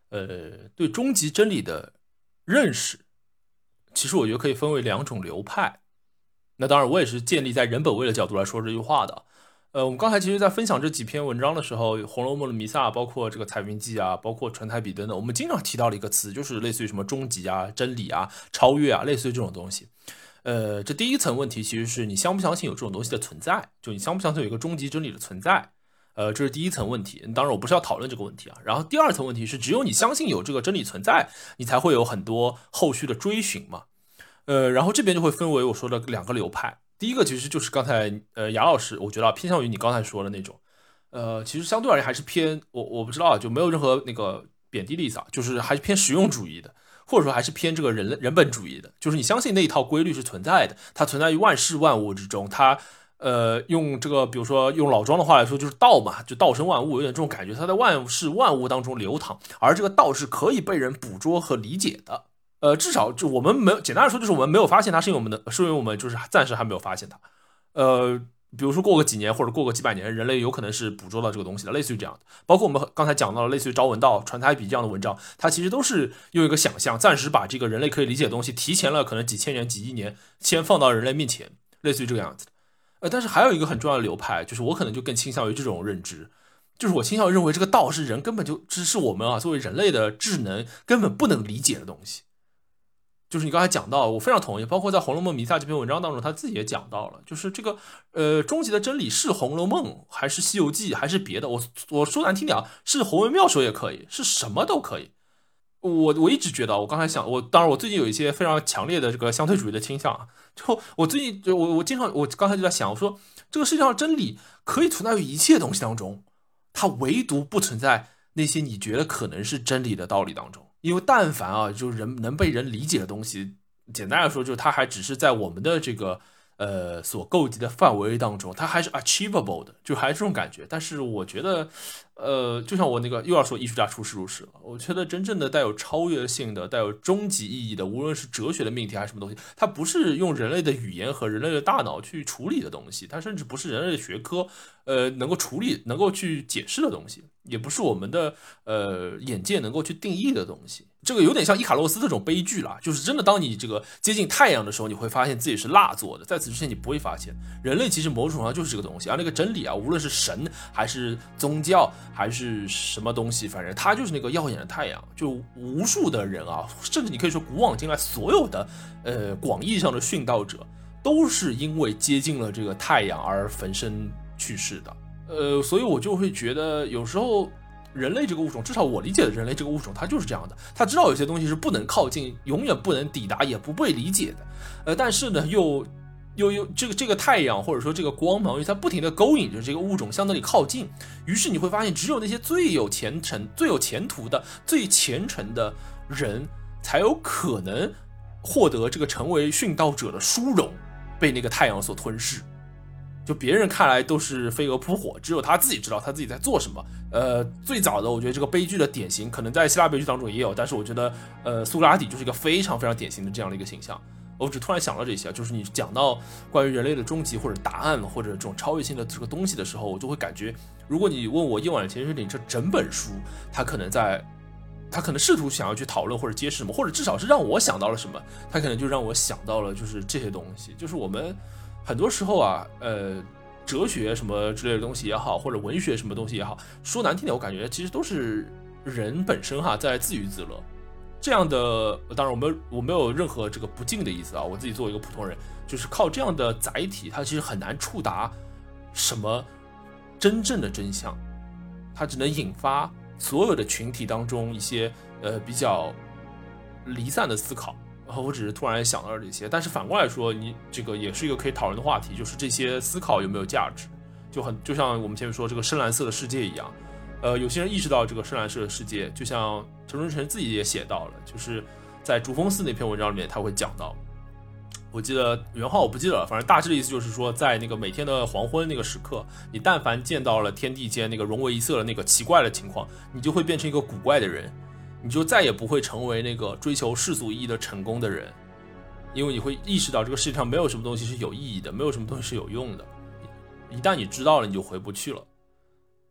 S2: 对终极真理的认识，其实我觉得可以分为2种流派。那当然，我也是建立在人本位的角度来说这句话的。我们刚才其实，在分享这几篇文章的时候，《红楼梦》的弥撒，包括这个《彩云记》啊，包括《纯彩笔》等等，我们经常提到了一个词，就是类似于什么终极啊、真理啊、超越啊，类似于这种东西。这第一层问题其实是你相不相信有这种东西的存在，就你相不相信有一个终极真理的存在。这是第一层问题。当然，我不是要讨论这个问题啊。然后第二层问题是，只有你相信有这个真理存在，你才会有很多后续的追寻嘛。然后这边就会分为我说的2个流派。第一个其实就是刚才雅老师，我觉得偏向于你刚才说的那种，其实相对而言还是偏我不知道啊，就没有任何那个贬低的意思啊，就是还是偏实用主义的，或者说还是偏这个人本主义的，就是你相信那一套规律是存在的，它存在于万事万物之中，它用这个比如说用老庄的话来说就是道嘛，就道生万物，有点这种感觉，它在万事万物当中流淌，而这个道是可以被人捕捉和理解的。至少就我们没有，简单来说就是我们没有发现它，是因为我们就是暂时还没有发现它。比如说过个几年或者过个几百年，人类有可能是捕捉到这个东西的，类似于这样的。包括我们刚才讲到了类似于朝闻道、传台笔这样的文章，它其实都是用一个想象，暂时把这个人类可以理解的东西提前了可能几千年、几亿年，先放到人类面前，类似于这个样子的。但是还有一个很重要的流派，就是我可能就更倾向于这种认知，就是我倾向于认为这个道是人根本就只是我们啊作为人类的智能根本不能理解的东西。就是你刚才讲到，我非常同意，包括在《红楼梦弥撒》这篇文章当中，他自己也讲到了，就是这个终极的真理是《红楼梦》还是《西游记》还是别的？我说难听点啊，是侯文妙说也可以，是什么都可以。我一直觉得，我刚才想，当然我最近有一些非常强烈的这个相对主义的倾向啊，就我最近就我经常我刚才就在想，我说这个世界上真理可以存在于一切东西当中，它唯独不存在那些你觉得可能是真理的道理当中。因为但凡啊，就人能被人理解的东西，简单来说，就是它还只是在我们的这个所构及的范围当中，它还是 achievable 的，就还是这种感觉。但是我觉得，就像我那个又要说艺术家出世入世了，我觉得真正的带有超越性的、带有终极意义的，无论是哲学的命题还是什么东西，它不是用人类的语言和人类的大脑去处理的东西，它甚至不是人类的学科能够处理、能够去解释的东西，也不是我们的眼界能够去定义的东西。这个有点像伊卡洛斯这种悲剧啦，就是真的当你这个接近太阳的时候，你会发现自己是蜡做的，在此之前你不会发现。人类其实某种程度上就是这个东西，而那个真理啊，无论是神还是宗教还是什么东西，反正它就是那个耀眼的太阳。就无数的人啊，甚至你可以说古往今来所有的广义上的殉道者，都是因为接近了这个太阳而焚身去世的。所以我就会觉得有时候人类这个物种，至少我理解的人类这个物种，它就是这样的。它知道有些东西是不能靠近，永远不能抵达，也不被理解的。但是呢，又这个太阳或者说这个光芒，在不停的勾引着这个物种向那里靠近。于是你会发现，只有那些最有前程、最有前途的、最虔诚的人，才有可能获得这个成为殉道者的殊荣，被那个太阳所吞噬。就别人看来都是飞蛾扑火，只有他自己知道他自己在做什么。最早的我觉得这个悲剧的典型，可能在希腊悲剧当中也有，但是我觉得苏格拉底就是一个非常非常典型的这样的一个形象。我只突然想到这些，就是你讲到关于人类的终极或者答案或者这种超越性的这个东西的时候，我就会感觉，如果你问我《夜晚的潜水艇》这整本书，他可能试图想要去讨论或者揭示什么，或者至少是让我想到了什么，他可能就让我想到了就是这些东西，就是我们很多时候啊，哲学什么之类的东西也好，或者文学什么东西也好，说难听点，我感觉其实都是人本身哈在自娱自乐。这样的，当然我没有任何这个不敬的意思啊，我自己作为一个普通人，就是靠这样的载体，它其实很难触达什么真正的真相，它只能引发所有的群体当中一些比较离散的思考。我只是突然想到了这些，但是反过来说，你这个也是一个可以讨论的话题，就是这些思考有没有价值？就像我们前面说这个深蓝色的世界一样，有些人意识到这个深蓝色的世界，就像陈春成自己也写到了，就是在竹峰寺那篇文章里面他会讲到，我记得原话我不记得了，反正大致的意思就是说，在那个每天的黄昏那个时刻，你但凡见到了天地间那个融为一色的那个奇怪的情况，你就会变成一个古怪的人。你就再也不会成为那个追求世俗意义的成功的人，因为你会意识到这个世界上没有什么东西是有意义的，没有什么东西是有用的。一旦你知道了，你就回不去了。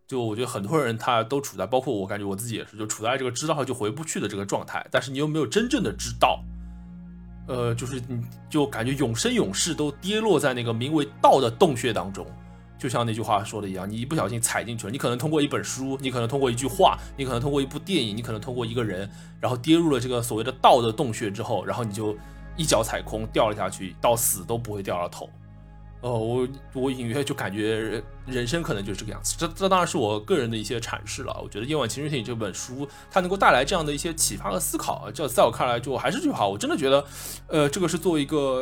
S2: 就我觉得很多人他都处在，包括我感觉我自己也是，就处在这个知道就回不去的这个状态，但是你又没有真正的知道，就是你就感觉永生永世都跌落在那个名为道的洞穴当中。就像那句话说的一样，你一不小心踩进去了，你可能通过一本书，你可能通过一句话，你可能通过一部电影，你可能通过一个人，然后跌入了这个所谓的道的洞穴之后，然后你就一脚踩空掉了下去，到死都不会掉了头。我隐约就感觉人生可能就是这个样子，这当然是我个人的一些阐释了。我觉得《夜晚情绪电影》这本书，它能够带来这样的一些启发和思考，就在我看来，就还是这句话，我真的觉得，这个是作为一个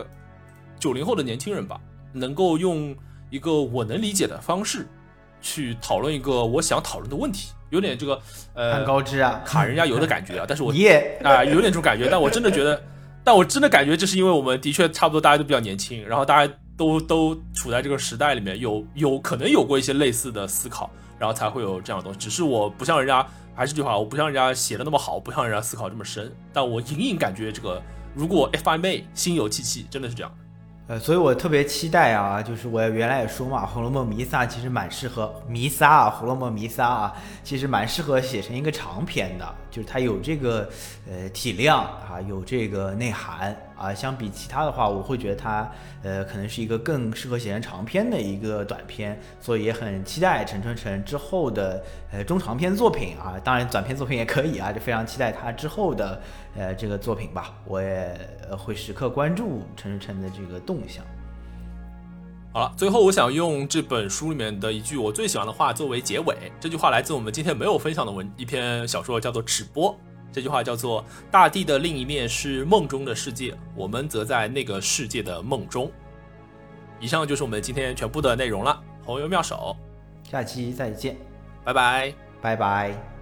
S2: 90后的年轻人吧，能够用一个我能理解的方式去讨论一个我想讨论的问题，有点这个
S1: 攀高枝啊，
S2: 卡人家油的感觉啊。但是我有点这种感觉，但我真的觉得，感觉这是因为我们的确差不多大家都比较年轻，然后大家都处在这个时代里面，有可能有过一些类似的思考，然后才会有这样的东西。只是我不像人家，还是这句话，我不像人家写的那么好，不像人家思考这么深，但我隐隐感觉这个，如果 if I may 心有戚戚，真的是这样的。
S1: 所以我特别期待啊，就是我原来也说嘛，《红楼梦》弥撒其实蛮适合红楼梦弥撒啊，其实蛮适合写成一个长篇的，就是它有这个体量啊，有这个内涵啊，相比其他的话，我会觉得它可能是一个更适合写成长篇的一个短篇，所以也很期待陈春成之后的中长篇作品啊，当然短篇作品也可以啊，就非常期待他之后的这个作品吧，我也会时刻关注陈春成的这个动向。
S2: 好了，最后我想用这本书里面的一句我最喜欢的话作为结尾。这句话来自我们今天没有分享的一篇小说，叫做《尺波》。这句话叫做：大地的另一面是梦中的世界，我们则在那个世界的梦中。以上就是我们今天全部的内容了。红油妙手，
S1: 下期再见，
S2: 拜拜，
S1: 拜拜。